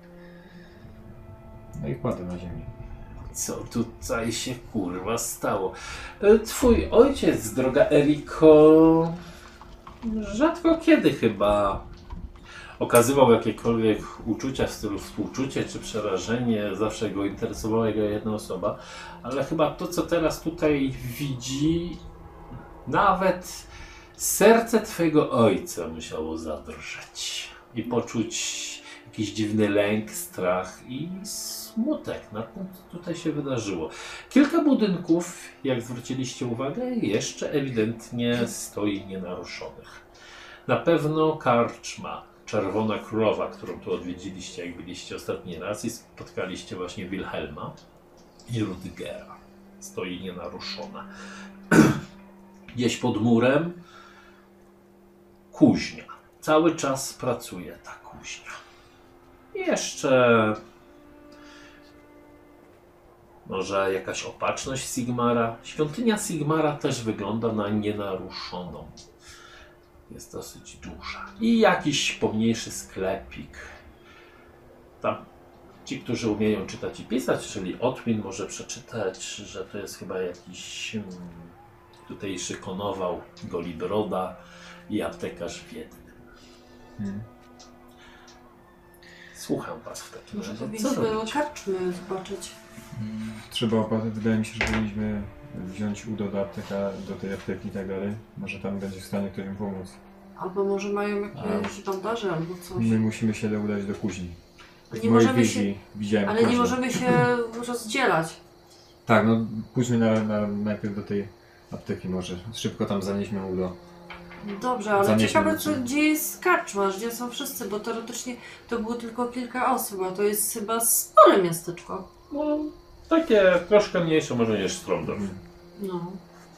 No i kładę na ziemi. Co tutaj się kurwa stało? Twój ojciec, droga Eriko, rzadko kiedy chyba okazywał jakiekolwiek uczucia w stylu współczucie czy przerażenie. Zawsze go interesowała jego jedna osoba, ale chyba to, co teraz tutaj widzi, nawet serce twojego ojca musiało zadrżeć i poczuć jakiś dziwny lęk, strach i smutek nad tym, co tutaj się wydarzyło. Kilka budynków, jak zwróciliście uwagę, jeszcze ewidentnie stoi nienaruszonych. Na pewno karczma Czerwona Królowa, którą tu odwiedziliście, jak byliście ostatni raz i spotkaliście właśnie Wilhelma i Rudygera. Stoi nienaruszona. Gdzieś pod murem kuźnia. Cały czas pracuje ta kuźnia. I jeszcze może jakaś opatrzność Sigmara. Świątynia Sigmara też wygląda na nienaruszoną. Jest dosyć duża. I jakiś pomniejszy sklepik. Tam ci, którzy umieją czytać i pisać, czyli Otwin może przeczytać, że to jest chyba jakiś tutejszy konował Golibroda i aptekarz w jednym. Słucham was w takim Może razie. Co powinniśmy robicie? karczmy zobaczyć. Trzeba, wydaje mi się, że powinniśmy wziąć Udo do apteka, do tej apteki i tak dalej. Może tam będzie w stanie ktoś im pomóc. Albo może mają jakieś bandaże albo coś. My musimy się udać do kuźni. W Nie mojej możemy wizji widziałem Ale nie kuźnię. możemy się rozdzielać. Tak, no pójdźmy najpierw do tej apteki może. Szybko tam zanieśmy Udo. Dobrze, ale Zanieśmy ciekawe, go. gdzie jest karczma, gdzie są wszyscy, bo teoretycznie to było tylko kilka osób, a to jest chyba spore miasteczko. No, takie troszkę mniejsze może niż Stromdorf. No.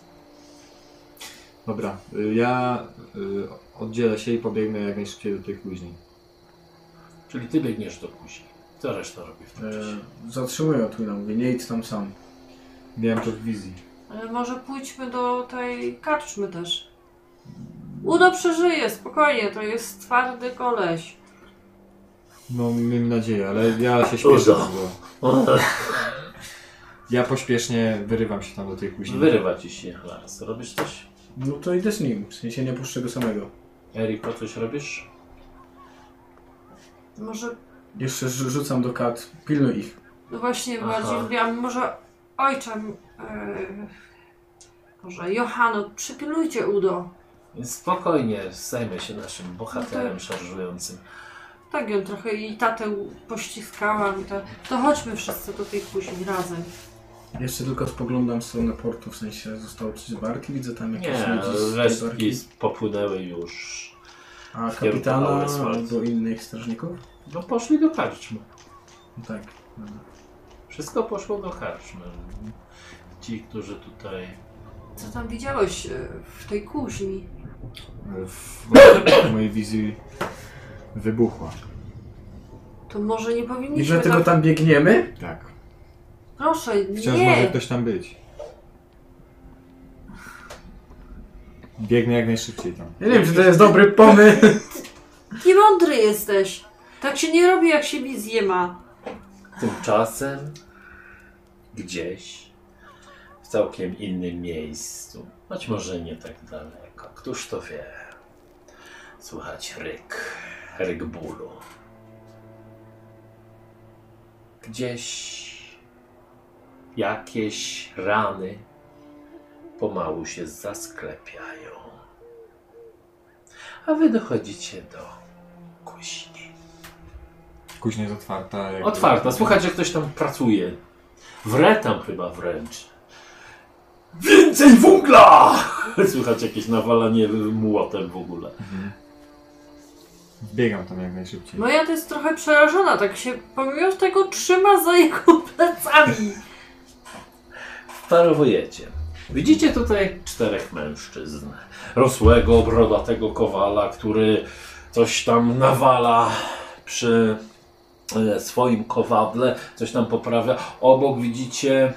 Dobra, ja oddzielę się i pobiegnę jak najszybciej do tej kuźni. Czyli ty biegniesz do kuźni. Co reszta robi w tym czasie? Zatrzymuję Otwina, mówię, nie idź tam sam. Miałem to w wizji. Ale może pójdźmy do tej karczmy też. Udo przeżyje, spokojnie, to jest twardy koleś. No, miejmy nadzieję, ale ja się śpieszę. Udo. Ja pośpiesznie wyrywam się tam do tej kuźni. Wyrywa ci się Lars. Robisz coś? No to idę z nim, w sensie nie puszczę go samego. Eriko, coś robisz? Może, Jeszcze rzucam do kat, pilnuj ich. no właśnie, Aha. bardziej mówiłam, może ojcze, może Johano, przypilnujcie Udo. Spokojnie, zajmę się naszym bohaterem No szarżującym. Tak ją trochę i tatę pościskałam. To chodźmy wszyscy do tej kuźni razem. Jeszcze tylko spoglądam w stronę portu, w sensie zostało coś z barki, widzę tam jakieś Nie, ludzi z tej resztki barki. popłynęły już. A w kierunku kapitana Małyswald. albo innych strażników? No poszli do karczmy. No tak. Dobra. Wszystko poszło do karczmy. Ci, którzy tutaj... Co tam widziałeś w tej kuźni? W mojej wizji wybuchła. To może nie I powinniśmy dlatego tam biegniemy? Tak. Proszę, Wciąż może nie! ktoś tam być. Biegnę jak najszybciej tam. Ja nie wiem, czy to jest dobry pomysł. Nie mądry jesteś! Tak się nie robi, jak się wizję ma. Tymczasem gdzieś w całkiem innym miejscu, choć może nie tak daleko, któż to wie, słychać ryk bólu. Gdzieś jakieś rany pomału się zasklepiają, a wy dochodzicie do kuźni. Kuźnia jest otwarta. Jakby... Otwarta. Słuchajcie, że ktoś tam pracuje. Wre tam chyba wręcz. Więcej węgla! Słychać jakieś nawalanie młotem w ogóle. Mhm. Biegam tam jak najszybciej. Moja to jest trochę przerażona, tak się pomimo tego trzyma za jego plecami. Wparowujecie. Widzicie tutaj 4 mężczyzn. Rosłego, brodatego kowala, który coś tam nawala przy swoim kowadle, coś tam poprawia. Obok widzicie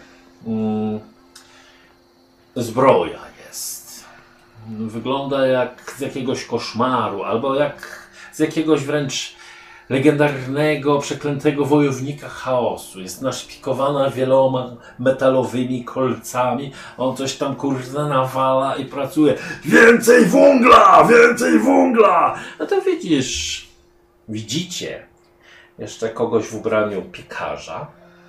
zbroja jest. Wygląda jak z jakiegoś koszmaru, albo jak z jakiegoś wręcz legendarnego, przeklętego wojownika chaosu. Jest naszpikowana wieloma metalowymi kolcami. On coś tam kurde nawala i pracuje. Więcej węgla! Więcej węgla! No to widzicie jeszcze kogoś w ubraniu piekarza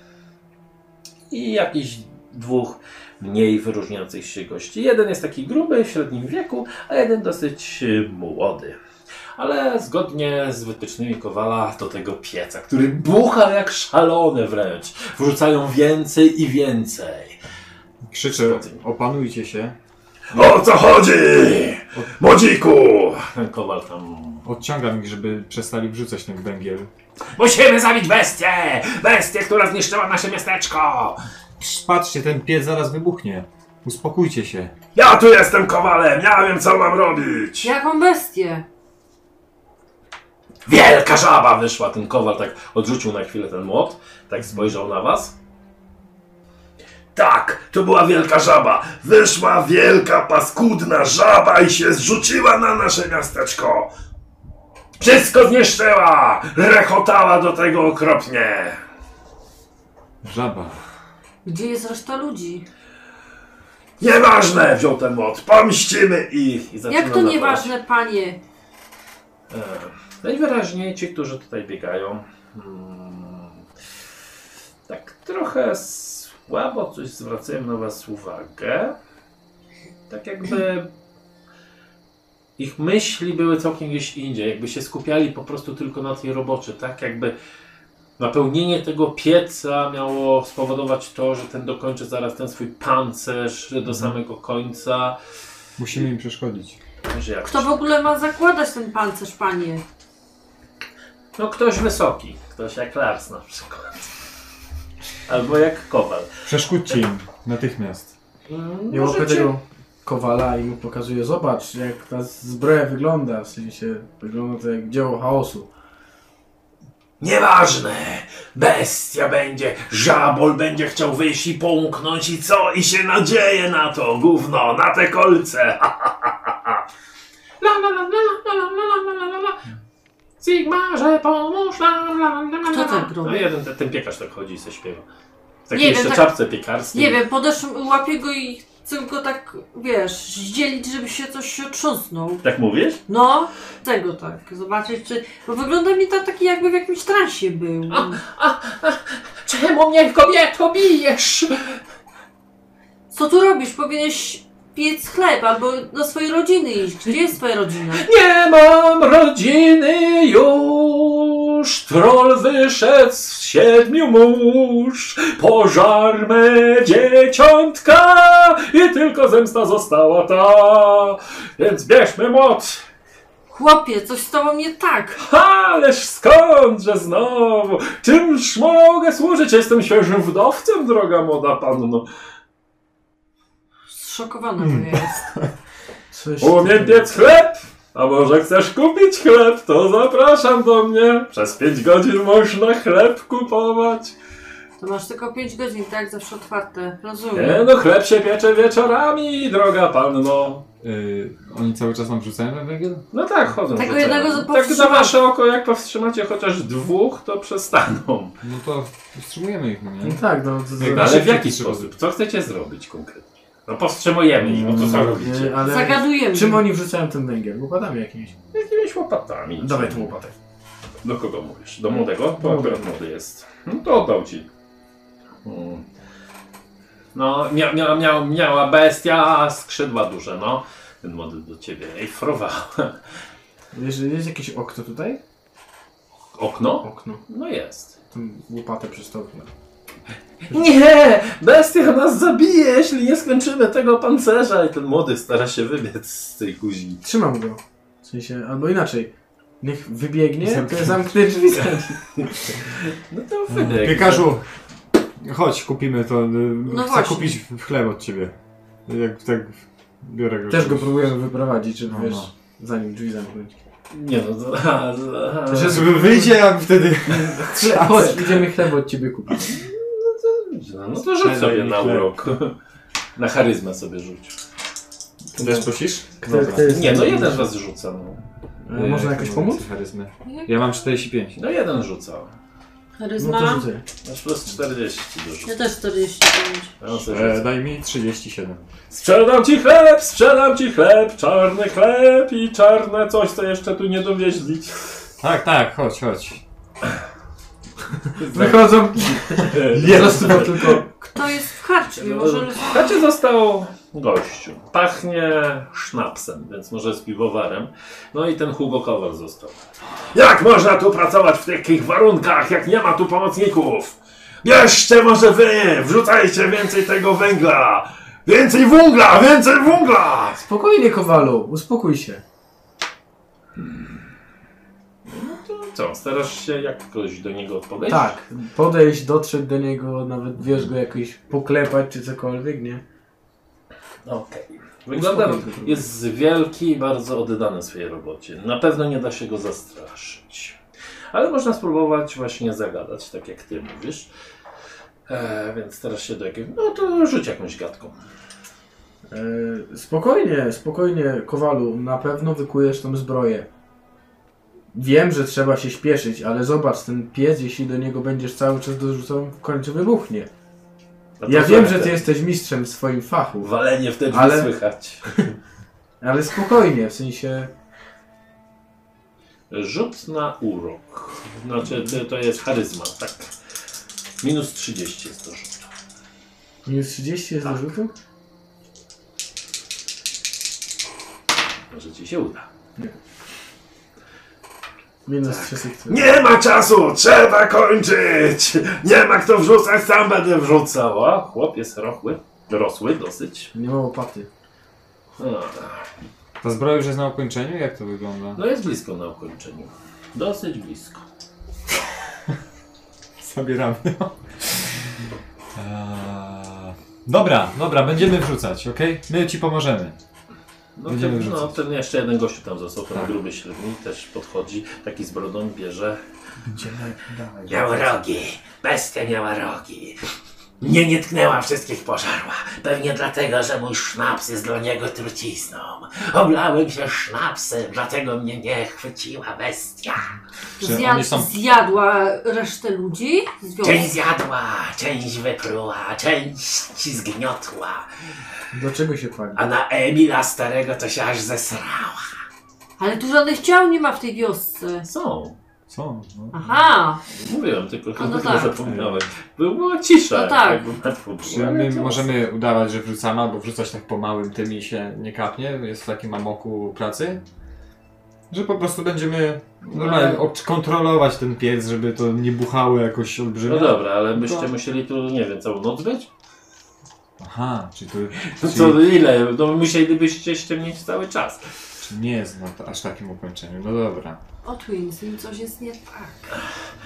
i jakichś 2 mniej wyróżniających się gości. Jeden jest taki gruby, w średnim wieku, a jeden dosyć młody. Ale zgodnie z wytycznymi kowala do tego pieca, który bucha jak szalony wręcz. Wrzucają więcej i więcej. Krzyczę, opanujcie się. O co chodzi? Młodziku! Ten kowal tam... Odciągam ich, żeby przestali wrzucać ten węgiel. Musimy zabić bestię! Bestię, która zniszczyła nasze miasteczko! Patrzcie, ten piec zaraz wybuchnie. Uspokójcie się. Ja tu jestem kowalem, ja wiem co mam robić! Jaką bestię? Wielka żaba wyszła! Ten kowal tak odrzucił na chwilę ten młot, tak spojrzał na was. Tak, to była wielka żaba. Wyszła wielka, paskudna żaba i się zrzuciła na nasze miasteczko. Wszystko zniszczyła! Rechotała do tego okropnie. Żaba. Gdzie jest reszta ludzi? Nieważne, wziął ten młot. Pomścimy ich. I zaczyna Jak to napadać. nieważne, panie? Najwyraźniej ci, którzy tutaj biegają, tak trochę słabo coś zwracają na was uwagę. Tak jakby ich myśli były całkiem gdzieś indziej. Jakby się skupiali po prostu tylko na tej robocie. Tak jakby napełnienie tego pieca miało spowodować to, że ten dokończy zaraz ten swój pancerz do samego końca. Musimy im przeszkodzić. Że jak Kto w ogóle ma zakładać ten pancerz, panie? No ktoś wysoki, ktoś jak Lars na przykład. Albo jak Kowal. Przeszkódźcie im natychmiast. Nie łapę tego kowala i mu pokazuje, zobacz jak ta zbroja wygląda, w sensie wygląda to jak dzieło chaosu. Nieważne! Bestia będzie, żabol będzie chciał wyjść i połknąć i co? I się nadzieje na to, gówno, na te kolce! La la la la la la la la la la. Sigmarze, pomóż nam, la la la la. Kto tak robi? No jeden, ten piekarz tak chodzi i se śpiewa. W takiej Nie jeszcze wiem, tak- czapce piekarskiej. Nie wiem, podeszłem, łapię go i chcę go tak, wiesz, zdzielić, żeby się coś otrząsnął. Tak mówisz? No, tego tak, zobaczyć czy... Bo wygląda mi to taki jakby w jakimś transie był. Czemu mnie kobieto bijesz? Co tu robisz? Powinieneś piec chleb albo do swojej rodziny iść. Gdzie jest twoja rodzina? Nie mam rodziny już. Troll wyszedł z 7 mórz, pożar me dzieciątka i tylko zemsta została ta. Więc bierzmy moc. Chłopie, coś z tobą nie tak. Ależ skądże znowu? Czymż mogę służyć? Jestem świeżym wdowcem, droga młoda panno. Zszokowana to jest. Coś Umiem piec chleb? A może chcesz kupić chleb? To zapraszam do mnie. Przez 5 godzin można chleb kupować. To masz tylko 5 godzin, tak? Zawsze otwarte. Rozumiem. Nie no, chleb się piecze wieczorami, droga panno. Oni cały czas nam wrzucają ten węgiel? No tak, chodzą. Tego rzucają. jednego Tak powstrzymać. za wasze oko, jak powstrzymacie chociaż 2, to przestaną. No to wstrzymujemy ich, no nie? No tak, no to Ale w jaki trzeba sposób? Co chcecie zrobić konkretnie? No powstrzymujemy ich, no to co robicie? Ale Zagadujemy. czym oni wrzucają ten węgiel? Łopatami jakimiś. Jakimiś łopatami. Dawaj tą łopatę. Do kogo mówisz? Do młodego? Do To akurat młody jest. No to oddał ci. No, miała bestia skrzydła duże, no. Ten młody do ciebie ejfrował. Wiesz, jest jakieś okno tutaj? Okno? Okno. No jest. Tą łopatę przez to okno. Nie! Bestia nas zabije, jeśli nie skończymy tego pancerza. I ten młody stara się wybiec z tej kuźni. Trzymam go. W sensie, albo inaczej. Niech wybiegnie, to ja zamknę drzwi za nim. No to wybieg. Piekarzu, chodź, kupimy to. No Chcę właśnie. kupić chleb od ciebie. Jak tak biorę go. Też go próbujemy wyprowadzić, żeby No, wiesz, no. zanim drzwi zamknąć. Nie no, to... Że sobie wyjdzie, a wtedy... Chodź, idziemy chleb od ciebie kupić. No to rzuć sobie na urok. Na charyzmę sobie rzuć. Ty też prosisz? Kto jest Nie, no ten- jeden was rzuca. No, Można jakoś pomóc? Charyzmy. Ja mam 45. no jeden rzuca. No Charyzma. to rzucę. Masz plus 40 do rzutu. Ja też 45. Ja mam sobie rzucę. Daj mi 37. Sprzedam ci chleb, czarny chleb i czarne coś, co jeszcze tu nie dowieźli. Tak, chodź. Wychodzą. Jest to tylko. Kto jest w karczmie? Może Znaczy został gościu. Pachnie sznapsem, więc może z piwowarem. No i ten Hugo Kowal został. Jak można tu pracować w takich warunkach, jak nie ma tu pomocników? Bierzcie może wy, wrzucajcie więcej tego węgla. Więcej węgla, więcej węgla! Spokojnie, Kowalu, uspokój się. Co, starasz się jakoś do niego podejść? Tak, podejść, dotrzeć do niego, nawet wiesz go jakoś poklepać czy cokolwiek, nie? Okej. Wygląda, Uspokój go. jest wielki i bardzo oddany swojej robocie. Na pewno nie da się go zastraszyć. Ale można spróbować właśnie zagadać, tak jak ty mówisz. Więc starasz się do jakiegoś... No to rzuć jakąś gadką. Spokojnie, Kowalu, na pewno wykujesz tą zbroję. Wiem, że trzeba się śpieszyć, ale zobacz, ten piec, jeśli do niego będziesz cały czas dorzucał, w końcu wybuchnie. No to Ja wiem, że słuchaj, ty jesteś mistrzem w swoim fachu, walenie w te drzwi Ale- słychać. ale spokojnie, w sensie... Rzut na urok. Znaczy to jest charyzma, tak. Minus 30 jest do rzutu. Minus 30 jest do rzutu? Może ci się uda. Minus 3 sukcesy. Nie ma czasu! Trzeba kończyć! Nie ma kto wrzucać, sam będę wrzucał. A chłop jest rosły dosyć. Nie ma łopaty. Ta zbroja już jest na ukończeniu? Jak to wygląda? No jest blisko na ukończeniu. Dosyć blisko. Zabieramy. Dobra, będziemy wrzucać, okej? My ci pomożemy. No, Będziemy ten, wrzucać. ten jeszcze jeden gościu tam został, ten Tak. gruby średni, też podchodzi, taki z brodą, bierze. Dawaj. Miał rogi, bestia miała rogi. Mnie nie tknęła, wszystkich pożarła. Pewnie dlatego, że mój sznaps jest dla niego trucizną. Oblałem się sznapsem, dlatego mnie nie chwyciła bestia. Czy oni są- Zjadła resztę ludzi? Z wioski? Część zjadła, część wypruła, część zgniotła. Do czego się pali? A na Emila starego to się aż zesrała. Ale tu żadnych ciał nie ma w tej wiosce. Są. Co? No. Aha, Mówiłem, tylko A no chyba tak. zapomniałem. Była cisza. No tak. jakby łatwo Czy było. my możemy udawać, że wrzucamy, albo wrzucać tak po małym tym i się nie kapnie? Jest w takim amoku pracy? Że po prostu będziemy normalnie kontrolować ten piec, żeby to nie buchało jakoś olbrzymie. No dobra, ale byście musieli tu, nie wiem, całą noc być? Aha, czyli to... To co, ile? No musielibyście ściemnić cały czas. Czy nie jest na aż takim ukończeniu, no dobra. O Twins, im coś jest nie tak.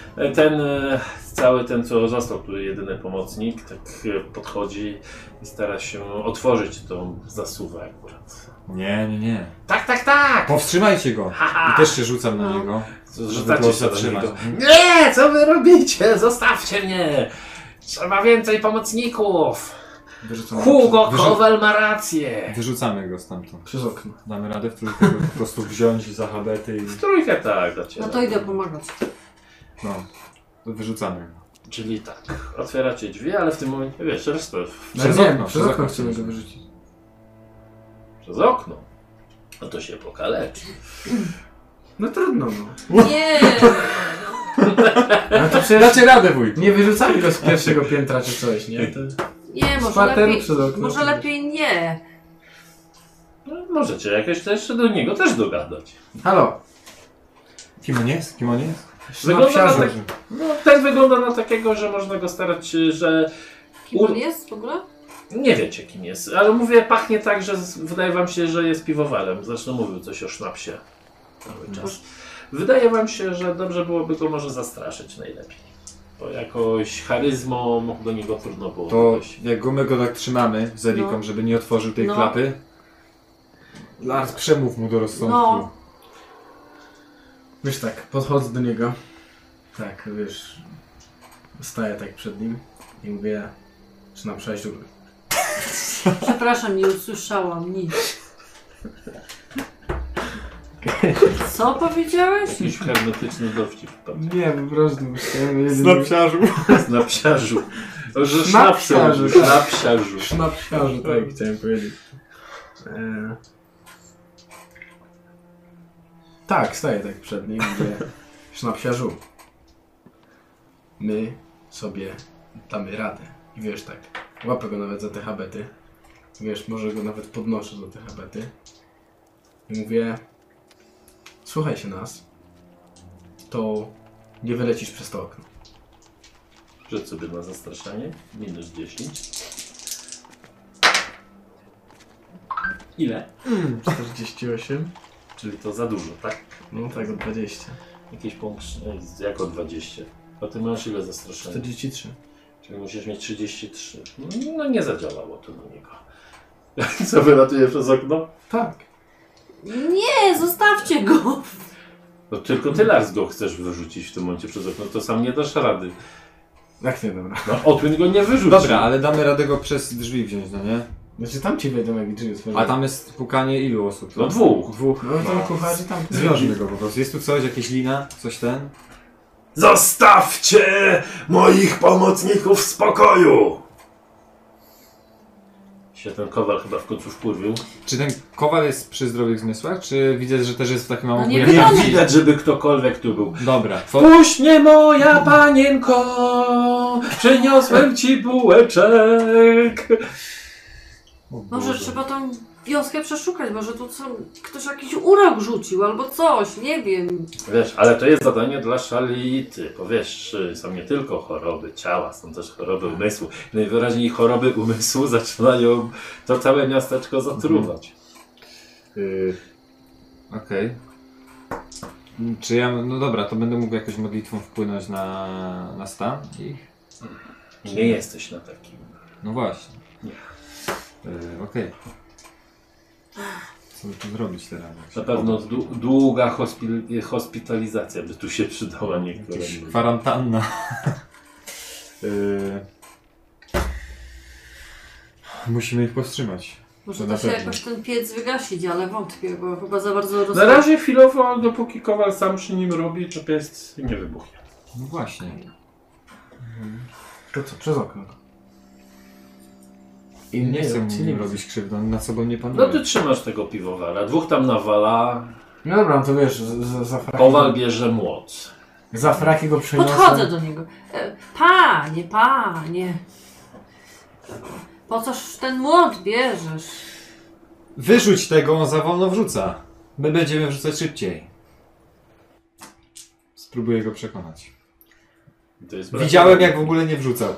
Cały ten, co został tu jedyny pomocnik, tak podchodzi i stara się otworzyć tą zasuwę akurat. Nie. Tak! Powstrzymajcie go! Haha! I też się rzucam na niego. Rzucacie go się na zatrzymać. niego. Nie! Co wy robicie? Zostawcie mnie! Trzeba więcej pomocników! Wyrzucamy Hugo Kowal ma rację! Wyrzucamy go stamtąd. przez okno. Damy radę w trójkę go po prostu wziąć za habety i... W trójkę tak, dla ciebie. No to idę pomagać. No, to wyrzucamy go. Czyli tak, otwieracie drzwi, ale w tym momencie, wiesz, resztę Przez Nie, okno, przez przez okno okno chcemy go chcemy. wyrzucić. przez okno. No to się pokaleczy. No trudno, no. Nie! No to przecież Dacie radę, wujku! nie wyrzucamy go z pierwszego piętra czy coś, nie? To... Nie, Z może parteru lepiej, przez okno. może lepiej nie. No, możecie jakoś też do niego też dogadać. Halo. Kim on jest? Kim on jest? Wygląda na Sznapsiarzu. tak, no, ten wygląda na takiego, że można go starać się, że... Kim on jest w ogóle? Nie wiecie kim jest, ale mówię, pachnie tak, że wydaje wam się, że jest piwowalem. Zresztą mówił coś o sznapsie cały czas. Wydaje wam się, że dobrze byłoby go może zastraszyć najlepiej. Bo jakoś charyzmą do niego trudno było To dojść. jak my go tak trzymamy z Eriką, No. żeby nie otworzył tej No. klapy. Lars, przemów mu do rozsądku. No. Wiesz tak, podchodzę do niego. Tak, wiesz. Staję tak przed nim i mówię, czy na przejściu. Przepraszam, nie usłyszałam nic. Co powiedziałeś? Jakiś hermetyczny dowcip wpadł. Nie, po prostu myślałem Snapsiarzu. Na psiarzu. Że Sznapsiarzu, sznapsiarzu. tak. Sznapsiarzu. Sznapsiarzu, tak chciałem powiedzieć. Tak, staję tak przed nim, mówię, sznapsiarzu. My sobie damy radę. I wiesz tak, łapę go nawet za te habety. Wiesz, może go nawet podnoszę za te habety. I mówię, słuchaj się nas, to nie wylecisz przez to okno. Rzuć sobie na zastraszanie. Minus 10. Ile? 48? Czyli to za dużo, tak? No tak, o 20. Jakiś punkt, jako 20. A ty masz ile zastraszenia? 43. Czyli musisz mieć 33. No nie zadziałało to do niego. Co, wylatuje przez okno? Tak. Nie, zostawcie go! No tylko ty, Lars, go chcesz wyrzucić w tym momencie przez okno, to sam nie dasz rady. Jak nie, dobra. No Otwin go nie wyrzuci. Dobra, ale damy radę go przez drzwi wziąć, no nie? Znaczy tam ci wiadomo jak drzwi otworzyły. A tam jest pukanie ilu osób? No dwóch. Dwóch. No tam kucharzy tam... Zwiążmy go po prostu. Jest tu coś, jakieś lina, coś ten? Zostawcie moich pomocników w spokoju! Się ten kowal chyba w końcu wkurwił. Czy ten kowal jest przy zdrowych zmysłach, czy widzę, że też jest w takim No małym nie bujaniu? wygląda. Widać, żeby ktokolwiek tu był. Dobra, Puść mnie, moja panienko, przyniosłem ci bułeczek. Może trzeba tą wioskę przeszukać, może tu ktoś jakiś urok rzucił albo coś, nie wiem. Wiesz, ale to jest zadanie dla szality, bo wiesz, są nie tylko choroby ciała, są też choroby umysłu. Najwyraźniej choroby umysłu zaczynają to całe miasteczko zatruwać. Okej. Czy ja, no dobra, to będę mógł jakoś modlitwą wpłynąć na stan ich? Nie jesteś na takim. No właśnie. Nie. Okej. Co by tu zrobić teraz? Na pewno długa hospitalizacja by tu się przydała niektórym. Jakaś kwarantanna. Musimy ich powstrzymać. Może To da na się pewno. jakoś ten piec wygasić, ale wątpię, bo chyba za bardzo Na razie chwilowo, dopóki kowal sam przy nim robi, to pies nie wybuchnie. No właśnie. To co, przez okno. I nie chcę opcji nie mu widzę. robić krzywdy, on nad sobą nie panuje. No ty trzymasz tego piwowara, dwóch tam nawala, No dobra, no to wiesz, za fraki... kowal bierze młot. Za fraki go przeniosę. Podchodzę do niego. Panie. Po coż ten młot bierzesz? Wyrzuć tego, on za wolno wrzuca. My będziemy wrzucać szybciej. spróbuję go przekonać. To jest Widziałem, jak w ogóle nie wrzucał.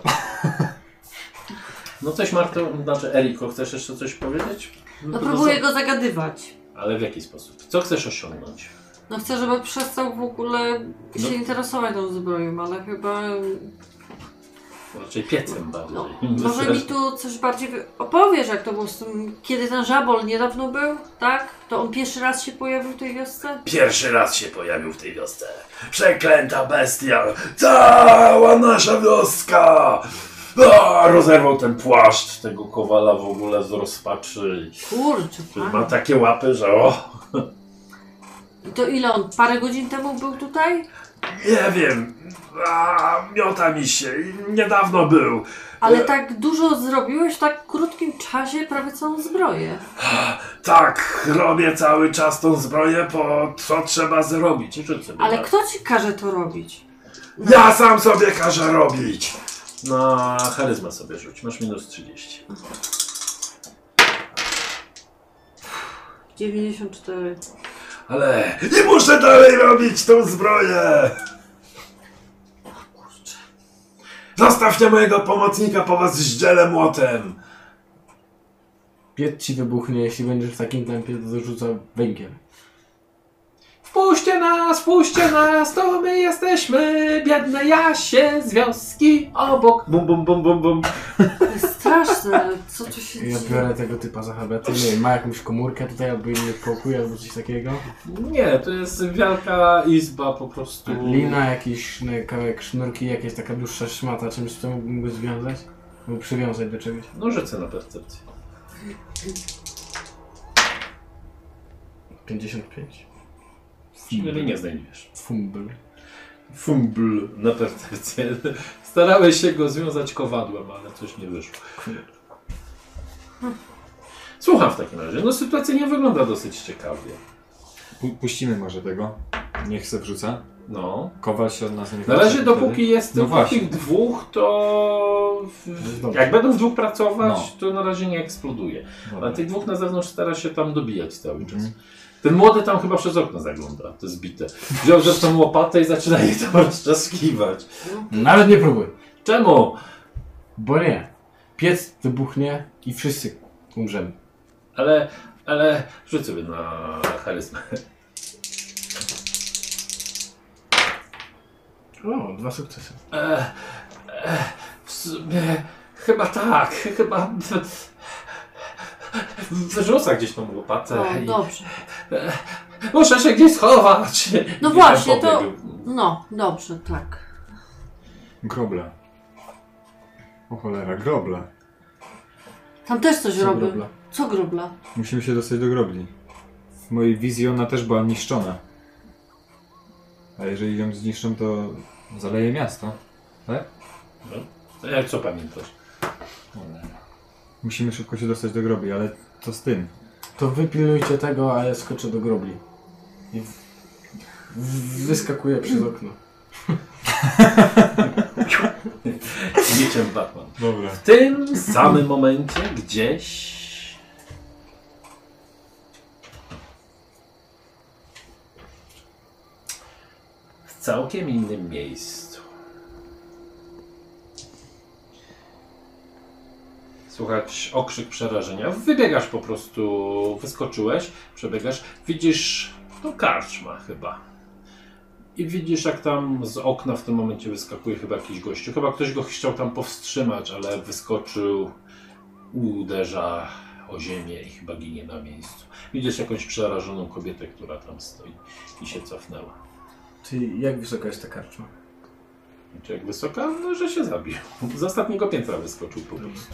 No coś Marto, znaczy Eriko, chcesz jeszcze coś powiedzieć? No próbuję go zagadywać. Ale w jaki sposób? Co chcesz osiągnąć? No chcę, żeby przestał w ogóle się interesować tą zbroją, ale chyba... Raczej piecem bardziej. No, może mi tu coś bardziej opowiesz, jak to było z tym, kiedy ten żabol niedawno był, tak? To on pierwszy raz się pojawił w tej wiosce? Pierwszy raz się pojawił w tej wiosce. Przeklęta bestia! Cała nasza wioska! Rozerwał ten płaszcz tego kowala w ogóle z rozpaczy. Kurczę, Ma pan. takie łapy, że o! I to ile on? Parę godzin temu był tutaj? Nie wiem. Miota mi się. Niedawno był. Ale tak dużo zrobiłeś w tak krótkim czasie, prawie całą zbroję. Tak, robię cały czas tą zbroję, bo co trzeba zrobić. Rzuć sobie Ale na- kto ci każe to robić? Ja sam sobie każę robić. Na charyzmę sobie rzuć. Masz minus 30. 94. Ale nie muszę dalej robić tą zbroję. Zostawcie mojego pomocnika, po was zdzielę młotem. Piec ci wybuchnie, jeśli będziesz w takim tempie, to zarzuca węgiel. Wpuśćcie nas, to my jesteśmy, biedne Jasie z wioski obok. Bum, bum, bum, bum, bum. To jest straszne, co tu się Ja dzieje? biorę tego typa za habety, nie wiem, ma jakąś komórkę tutaj, albo inny pokój, albo coś takiego. Nie, to jest wielka izba po prostu. Lina, jakiś kawałek sznurki, jakaś taka dłuższa szmata, czymś to mógłbym go związać? Albo przywiązać do czegoś. No rzucę na percepcję. 55. Czyli nie znajdziesz. Fumbl. Fumbl na percepcję. Starałeś się go związać kowadłem, ale coś nie wyszło. Słucham w takim razie. No sytuacja nie wygląda dosyć ciekawie. Puścimy może tego. Niech se wrzuca. No. Kowal się od nas nie Na razie wrzuca dopóki wtedy. jest No tylko właśnie. tych dwóch, to dobrze. jak będą w dwóch pracować, No. to na razie nie eksploduje. Dobra. A tych dwóch na zewnątrz stara się tam dobijać cały czas. Mhm. Ten młody tam chyba przez okno zagląda, to zbite. Wziął zresztą łopatę i zaczyna je tam rozczaskiwać. Nawet nie próbuj, Czemu? bo nie. Piec wybuchnie i wszyscy umrzemy. Ale rzuć sobie na charyzmę. O, 2 sukcesy. W sumie, chyba tak, chyba wyrzuca gdzieś tą łopatę O, i dobrze. muszę się gdzieś schować. No I właśnie, tam to... pobiegł. No, dobrze, tak. Groble. O cholera, groble. Tam też coś Co robią. grobla? Co grobla? Musimy się dostać do grobli. W mojej wizji ona też była niszczona. A jeżeli ją zniszczą, to zaleje miasto. Tak? No, jak co pamiętasz? Musimy szybko się dostać do grobli, ale co z tym? To wypilnujcie tego, a ja skoczę do grobli. I wyskakuję przez okno. Niczym Batman. Dobra. W tym samym momencie gdzieś w całkiem innym miejscu słychać okrzyk przerażenia. Wybiegasz po prostu, wyskoczyłeś, przebiegasz, widzisz to karczma chyba. I widzisz, jak tam z okna w tym momencie wyskakuje chyba jakiś gościu. Chyba ktoś go chciał tam powstrzymać, ale wyskoczył, uderza o ziemię i chyba ginie na miejscu. Widzisz jakąś przerażoną kobietę, która tam stoi i się cofnęła. Czyli jak wysoka jest ta karczma? Czy jak wysoka? No, że się zabił. Z ostatniego piętra wyskoczył po prostu.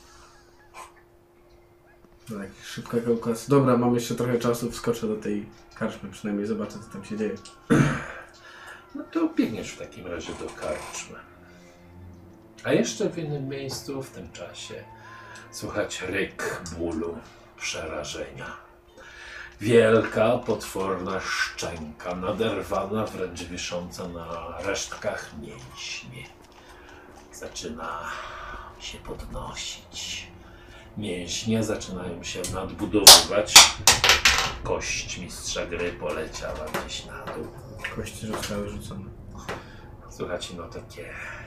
Tak, szybka kalkulacja. Dobra, mam jeszcze trochę czasu, wskoczę do tej karczmy, przynajmniej zobaczę, co tam się dzieje. No to biegniesz w takim razie do karczmy. A jeszcze w innym miejscu w tym czasie słychać ryk bólu, przerażenia. Wielka, potworna szczęka, naderwana, wręcz wisząca na resztkach mięśni. Zaczyna się podnosić. Mięśnie zaczynają się nadbudowywać. kość mistrza gry poleciała gdzieś na dół. Kości zostały rzucone. Słychać no takie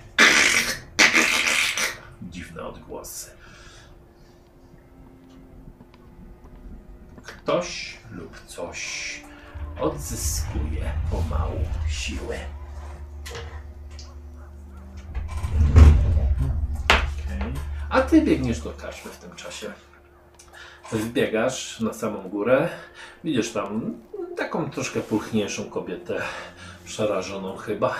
dziwne odgłosy. Ktoś lub coś odzyskuje pomału siłę. Okej. A ty biegniesz do karczmy w tym czasie. Wbiegasz na samą górę, widzisz tam taką troszkę pulchniejszą kobietę, przerażoną chyba.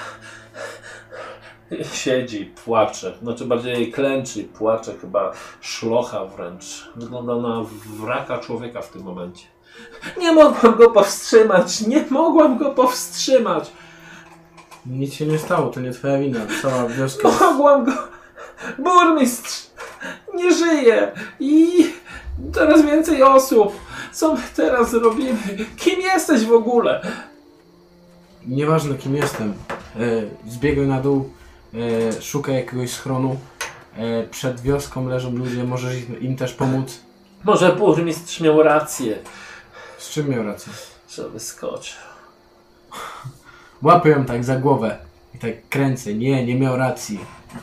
Siedzi, płacze, znaczy bardziej klęczy i płacze, chyba szlocha wręcz. Wygląda na wraka człowieka w tym momencie. Nie mogłam go powstrzymać, nie mogłam go powstrzymać. Nic się nie stało, to nie twoja wina. Cała wioska... Mogłam go... Burmistrz nie żyje i coraz więcej osób. Co my teraz robimy? Kim jesteś w ogóle? Nieważne kim jestem. Zbiegaj na dół, szukaj jakiegoś schronu. Przed wioską leżą ludzie, możesz im też pomóc. Może burmistrz miał rację, Z czym miał rację? że wyskoczył. Łapię ją tak za głowę i tak kręcę. Nie miał racji.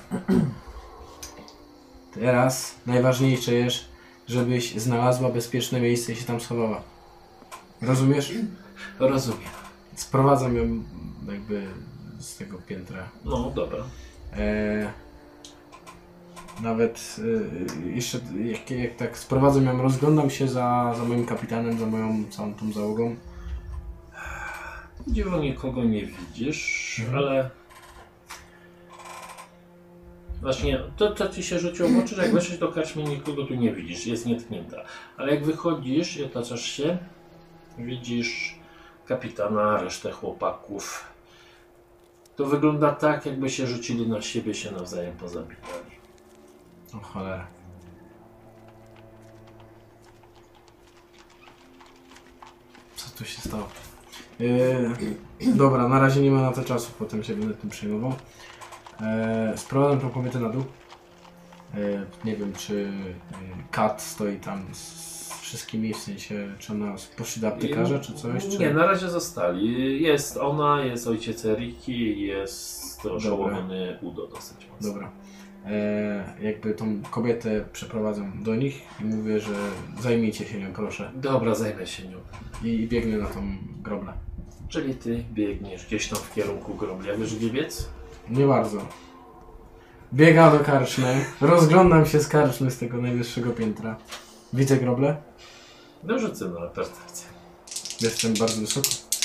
Teraz najważniejsze jest, żebyś znalazła bezpieczne miejsce i się tam schowała. Rozumiesz? Rozumiem. Sprowadzam ją jakby z tego piętra. No dobra. Nawet jeszcze jak tak sprowadzam ją, rozglądam się za moim kapitanem, za moją całą tą załogą. Dziwo nikogo nie widzisz, ale... Właśnie, to ci się rzuciło w oczy, że jak weszłeś do karczmy, nikogo tu nie widzisz, jest nietknięta. Ale jak wychodzisz i otaczasz się, widzisz kapitana, resztę chłopaków. To wygląda tak, jakby się rzucili na siebie, się nawzajem pozabijali. O cholera. Co tu się stało? Dobra, na razie nie ma na to czasu, potem się będę tym przejmował. Sprowadzam tą kobietę na dół. Nie wiem, czy Kat stoi tam z wszystkimi, w sensie, czy ona poszli do aptekarza, czy coś? Czy... Nie, na razie zostali. Jest ona, jest ojciec Eriki, jest oszołomiony Udo dosyć mocno. Dobra. Jakby tą kobietę przeprowadzam do nich i mówię, że zajmijcie się nią, proszę. Dobra, zajmę się nią. I biegnę na tą groblę. Czyli ty biegniesz gdzieś tam w kierunku grobli. A wiesz gdzie biec? Nie bardzo. Biegam do karczmy, rozglądam się z karczmy z tego najwyższego piętra. Widzę groblę? No rzucę na percepcję. Jestem bardzo wysoko.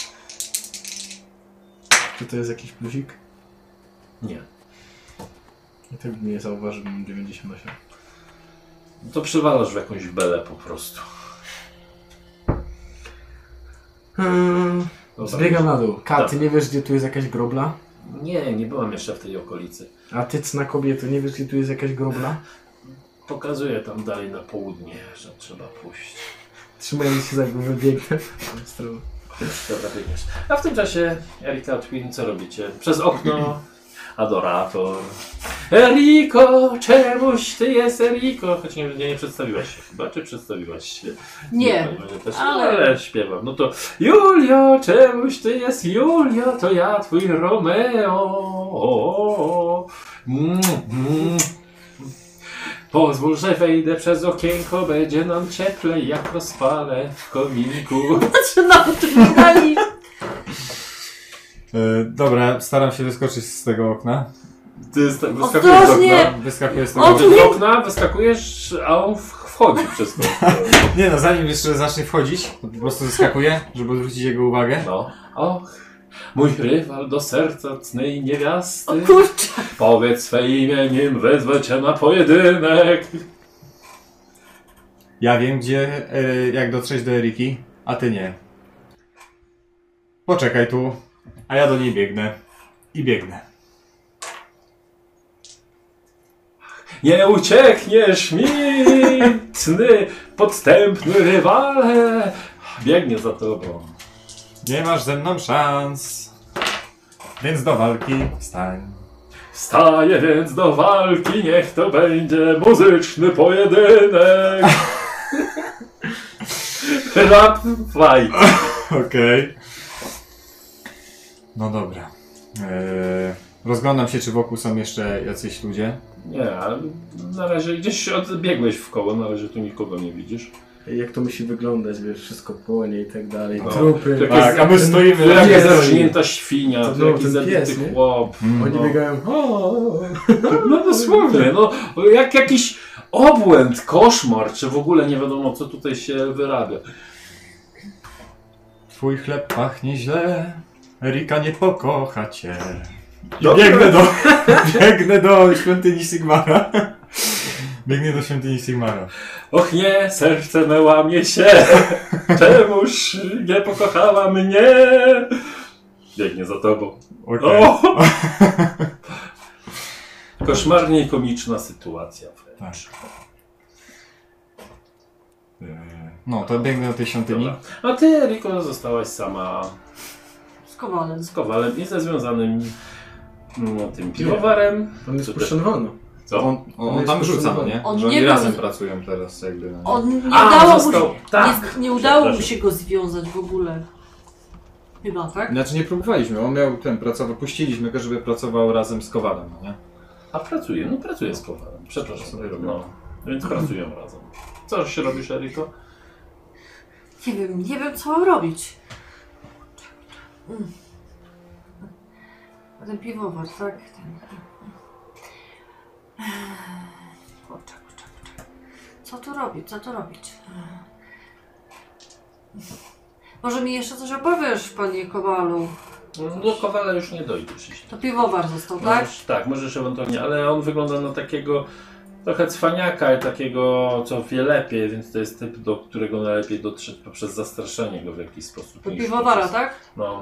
Czy to jest jakiś plusik? Nie. I tak nie zauważy, że mam 98. To przywalasz w jakąś belę po prostu. Dobra. Zbiegam na dół. Kat, ty Tak. nie wiesz, gdzie tu jest jakaś grobla? Nie byłam jeszcze w tej okolicy. A ty, cna kobieto, nie wiesz, gdzie tu jest jakaś grobla? Pokazuję tam dalej na południe, że trzeba pójść. Trzymając się za głowę, biegnę w tą stronę. Dobra, biegniesz. A w tym czasie Erika, Twin, co robicie? Przez okno adorator. Eriko, czemuś ty jest Eriko? Choć nie przedstawiłaś się chyba, czy przedstawiłaś się? Nie, Będzie też, ale- ale śpiewam. No to Julio, czemuś ty jest Julio, to ja twój Romeo. Pozwól, że wejdę przez okienko, będzie nam cieplej, jak rozpalę w kominku. zaczynam czytać. Dobra, staram się wyskoczyć z tego okna. Ty wyskakujesz z Ostrożnie! okna. Wyskakuję z tego O, okna. Z okna wyskakujesz, a on wchodzi przez to. Nie no, zanim jeszcze zacznie wchodzić, to po prostu wyskakuję, żeby odwrócić jego uwagę. No. Och, mój rywal do serca cnej niewiasty. O kurczę. Powiedz swe imię, nim wezwę cię na pojedynek. Ja wiem gdzie, jak dotrzeć do Eriki, a ty nie. Poczekaj tu, a ja do niej biegnę. I biegnę. Nie uciekniesz mi, cny, podstępny rywale. Biegnie za tobą. Nie masz ze mną szans, więc do walki stań. Wstaję więc do walki, niech to będzie muzyczny pojedynek. Rap fight. Okej. No dobra. Rozglądam się, czy wokół są jeszcze jacyś ludzie. Nie, ale na razie gdzieś odbiegłeś w koło, na razie tu nikogo nie widzisz. Jak to musi wyglądać, wiesz, wszystko płonie i tak dalej, No. trupy. Tak, a my stoimy Jaka pies. zarośnięta świnia, To to był jakiś ten zabity pies, nie? chłop. Oni No. biegają, No dosłownie, no jak jakiś obłęd, koszmar, czy w ogóle nie wiadomo co tutaj się wyrabia. Twój chleb pachnie źle, Erika nie pokocha cię. I Dobra. biegnę do świątyni Sigmara. Biegnę do świątyni Sigmara. Och nie, serce me łamie się, czemuż nie pokochała mnie? Biegnie za tobą. Okej. O! Koszmarnie i komiczna sytuacja wręcz. No, to biegnę do tej świątyni. Dobra. A ty, Eriko, zostałaś sama Z Kowalem. z Kowalem i ze związanym tym piwowarem. on jest Co puszczony wolno. Co? On tam rzuca, no nie? On Że nie oni ma- razem pracują teraz jakby. No nie? On nie A, udało mu został- się, tak. nie udało mu Przepraszam. się go związać w ogóle. Chyba, tak? Znaczy nie próbowaliśmy, on miał puściliśmy go, żeby pracował razem z Kowalem, no nie? A pracuje, no pracuje z Kowalem. Przepraszam. Sobie robią. No, więc pracują razem. Co się robisz, Eriko? Nie wiem co mam robić. A ten piwowar, tak? Kurczę. Co tu robić? Może mi jeszcze coś opowiesz, panie Kowalu? Do Kowala już nie dojdziesz. jeśli- To piwowar został, tak? Tak, możesz ewentualnie, ale on wygląda na takiego trochę cwaniaka i takiego, co wie lepiej, więc to jest typ, do którego najlepiej dotrzeć poprzez zastraszenie go w jakiś sposób. To niż piwowara, poprzez- tak? No.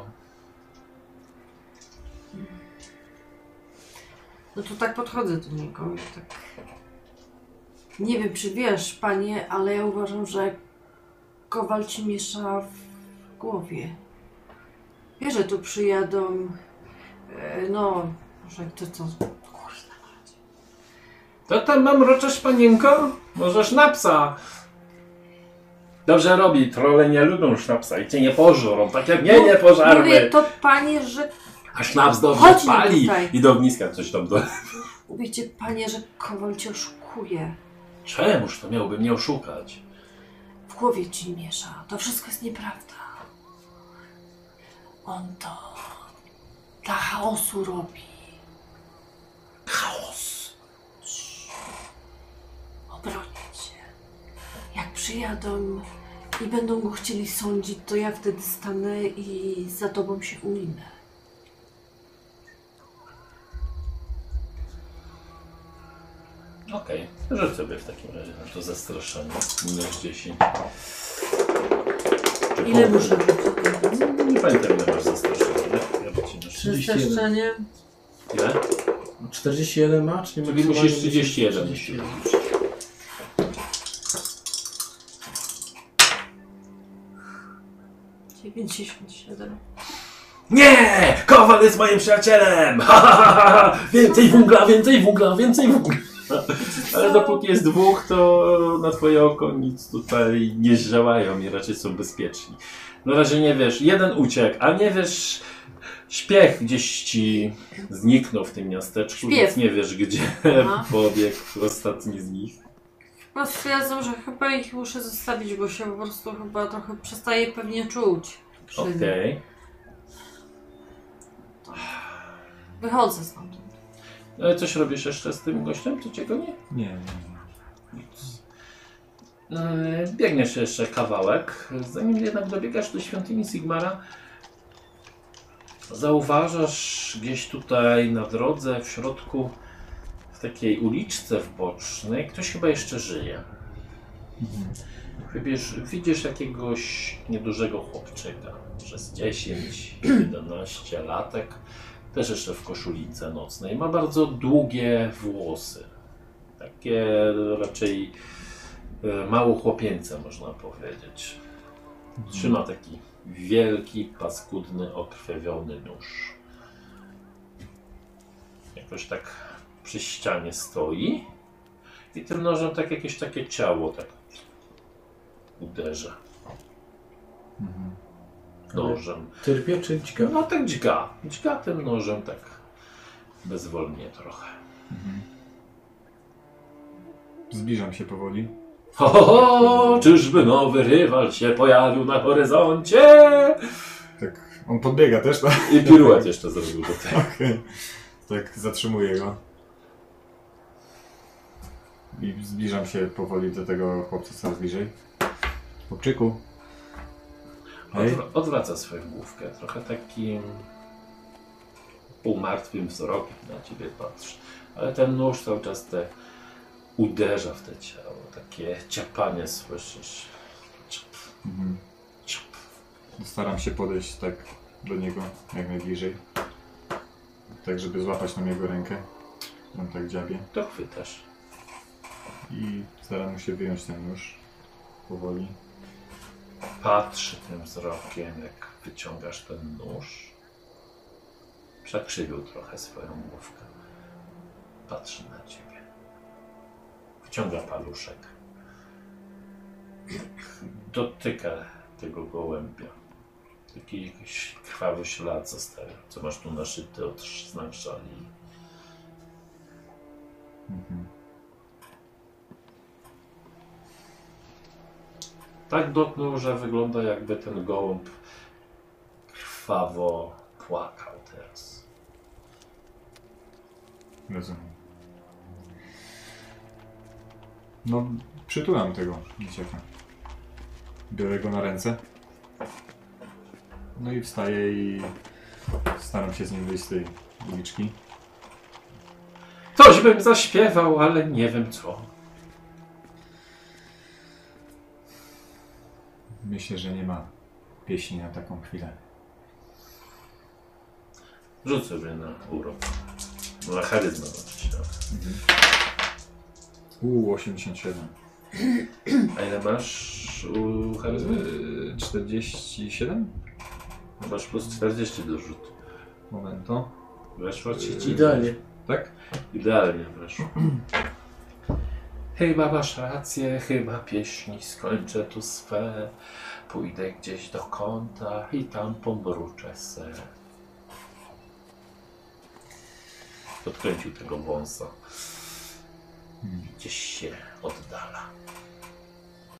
No to tak podchodzę do niego i tak... Nie wiem, czy wiesz, panie, ale ja uważam, że Kowal ci miesza w głowie. Wiesz, że tu przyjadą... no... Może to co... Kurwa. To tam mam roczesz, panienko? Możesz na psa. Dobrze robi, trolle nie lubią sznapsa i cię nie pożrą, tak jak mnie nie Mówię pożarły. to, panie, że... A sznaps dobrze Chodź mi pali tutaj. i do ogniska coś tam do... Mówicie, panie, że Kowal cię oszukuje. Czemuż to miałby mnie oszukać? W głowie ci miesza. To wszystko jest nieprawda. On to... dla chaosu robi. Chaos. Obronić się. Jak przyjadą i będą go chcieli sądzić, to ja wtedy stanę i za tobą się ujmę. Okej, rzuć sobie w takim razie na to zastraszenie. Minus 10. Ile muszę rzucić? Nie pamiętam ile masz zastraszenie. Ja wycinam. 31. Zastraszenie. Ile? 41 ma, czy nie Czyli maksymalnie musisz 31. 31. Czyli 57. Nie! Kowal jest moim przyjacielem! Ha, ha, ha, ha. Więcej węgla, więcej węgla, więcej węgla! Ale dopóki jest dwóch, to na twoje oko nic tutaj nie zdziałają i raczej są bezpieczni. Na razie nie wiesz, jeden uciekł, a nie wiesz, śpiech gdzieś ci zniknął w tym miasteczku, Śpiew. więc nie wiesz gdzie Aha. pobiegł ostatni z nich. Chyba stwierdzam, że chyba ich muszę zostawić, bo się po prostu chyba trochę przestaje pewnie czuć. przy nim. Okej. Wychodzę stamtąd. Ale coś robisz jeszcze z tym gościem, co cię goni? Nie. Biegniesz jeszcze kawałek. Zanim jednak dobiegasz do świątyni Sigmara, zauważasz gdzieś tutaj na drodze, w środku, w takiej uliczce wbocznej, ktoś chyba jeszcze żyje. Widzisz jakiegoś niedużego chłopczyka, może z 10-11 latek, też jeszcze w koszulice nocnej. Ma bardzo długie włosy, takie raczej mało chłopięce, można powiedzieć. Trzyma taki wielki, paskudny, okrwawiony nóż. Jakoś tak przy ścianie stoi i tym nożem tak jakieś takie ciało tak uderza. nożem. Tyrpie czy dźga? No tak dźga. Dźga tym nożem tak bezwolnie trochę. Zbliżam się powoli. Ho, ho, ho, czyżby nowy rywal się pojawił na horyzoncie? Tak, on podbiega też, tak? I piruet jeszcze zrobił do tego. Okej. Tak, zatrzymuję go. I zbliżam się powoli do tego chłopca coraz bliżej. Chłopczyku. Hej. Odwraca swoją główkę, trochę takim półmartwym wzrokiem na ciebie patrzy. Ale ten nóż cały czas uderza w te ciało, takie ciapanie słyszysz. Ciap, ciap. Staram się podejść tak do niego jak najbliżej. Tak, żeby złapać na jego rękę. On tak dziabie. To chwytasz. I staram mu się wyjąć ten nóż. Powoli. Patrzy tym wzrokiem, jak wyciągasz ten nóż. Przekrzywił trochę swoją główkę. Patrzy na ciebie. Wciąga paluszek. Dotyka tego gołębia. Taki jakiś krwawy ślad zostawia. Co masz tu naszyty od znak szali. Tak dotknął, że wygląda jakby ten gołąb krwawo płakał teraz. Rozumiem. No, przytulam tego dzieciaka. Biorę go na ręce. No i wstaję i staram się z nim wyjść z tej uliczki. Coś bym zaśpiewał, ale nie wiem co. Myślę, że nie ma pieśni na taką chwilę. Rzuć sobie na urok. Na charyzmę oczywiście. 87. A ile masz u charyzmy? 47? Masz plus 40 do rzutu. Momento. Weszło ci Idealnie. Tak? Idealnie weszło. Chyba masz rację, chyba pieśni skończę tu swe. Pójdę gdzieś do kąta i tam pomruczę se. Odkręcił tego wąsa. Gdzieś się oddala.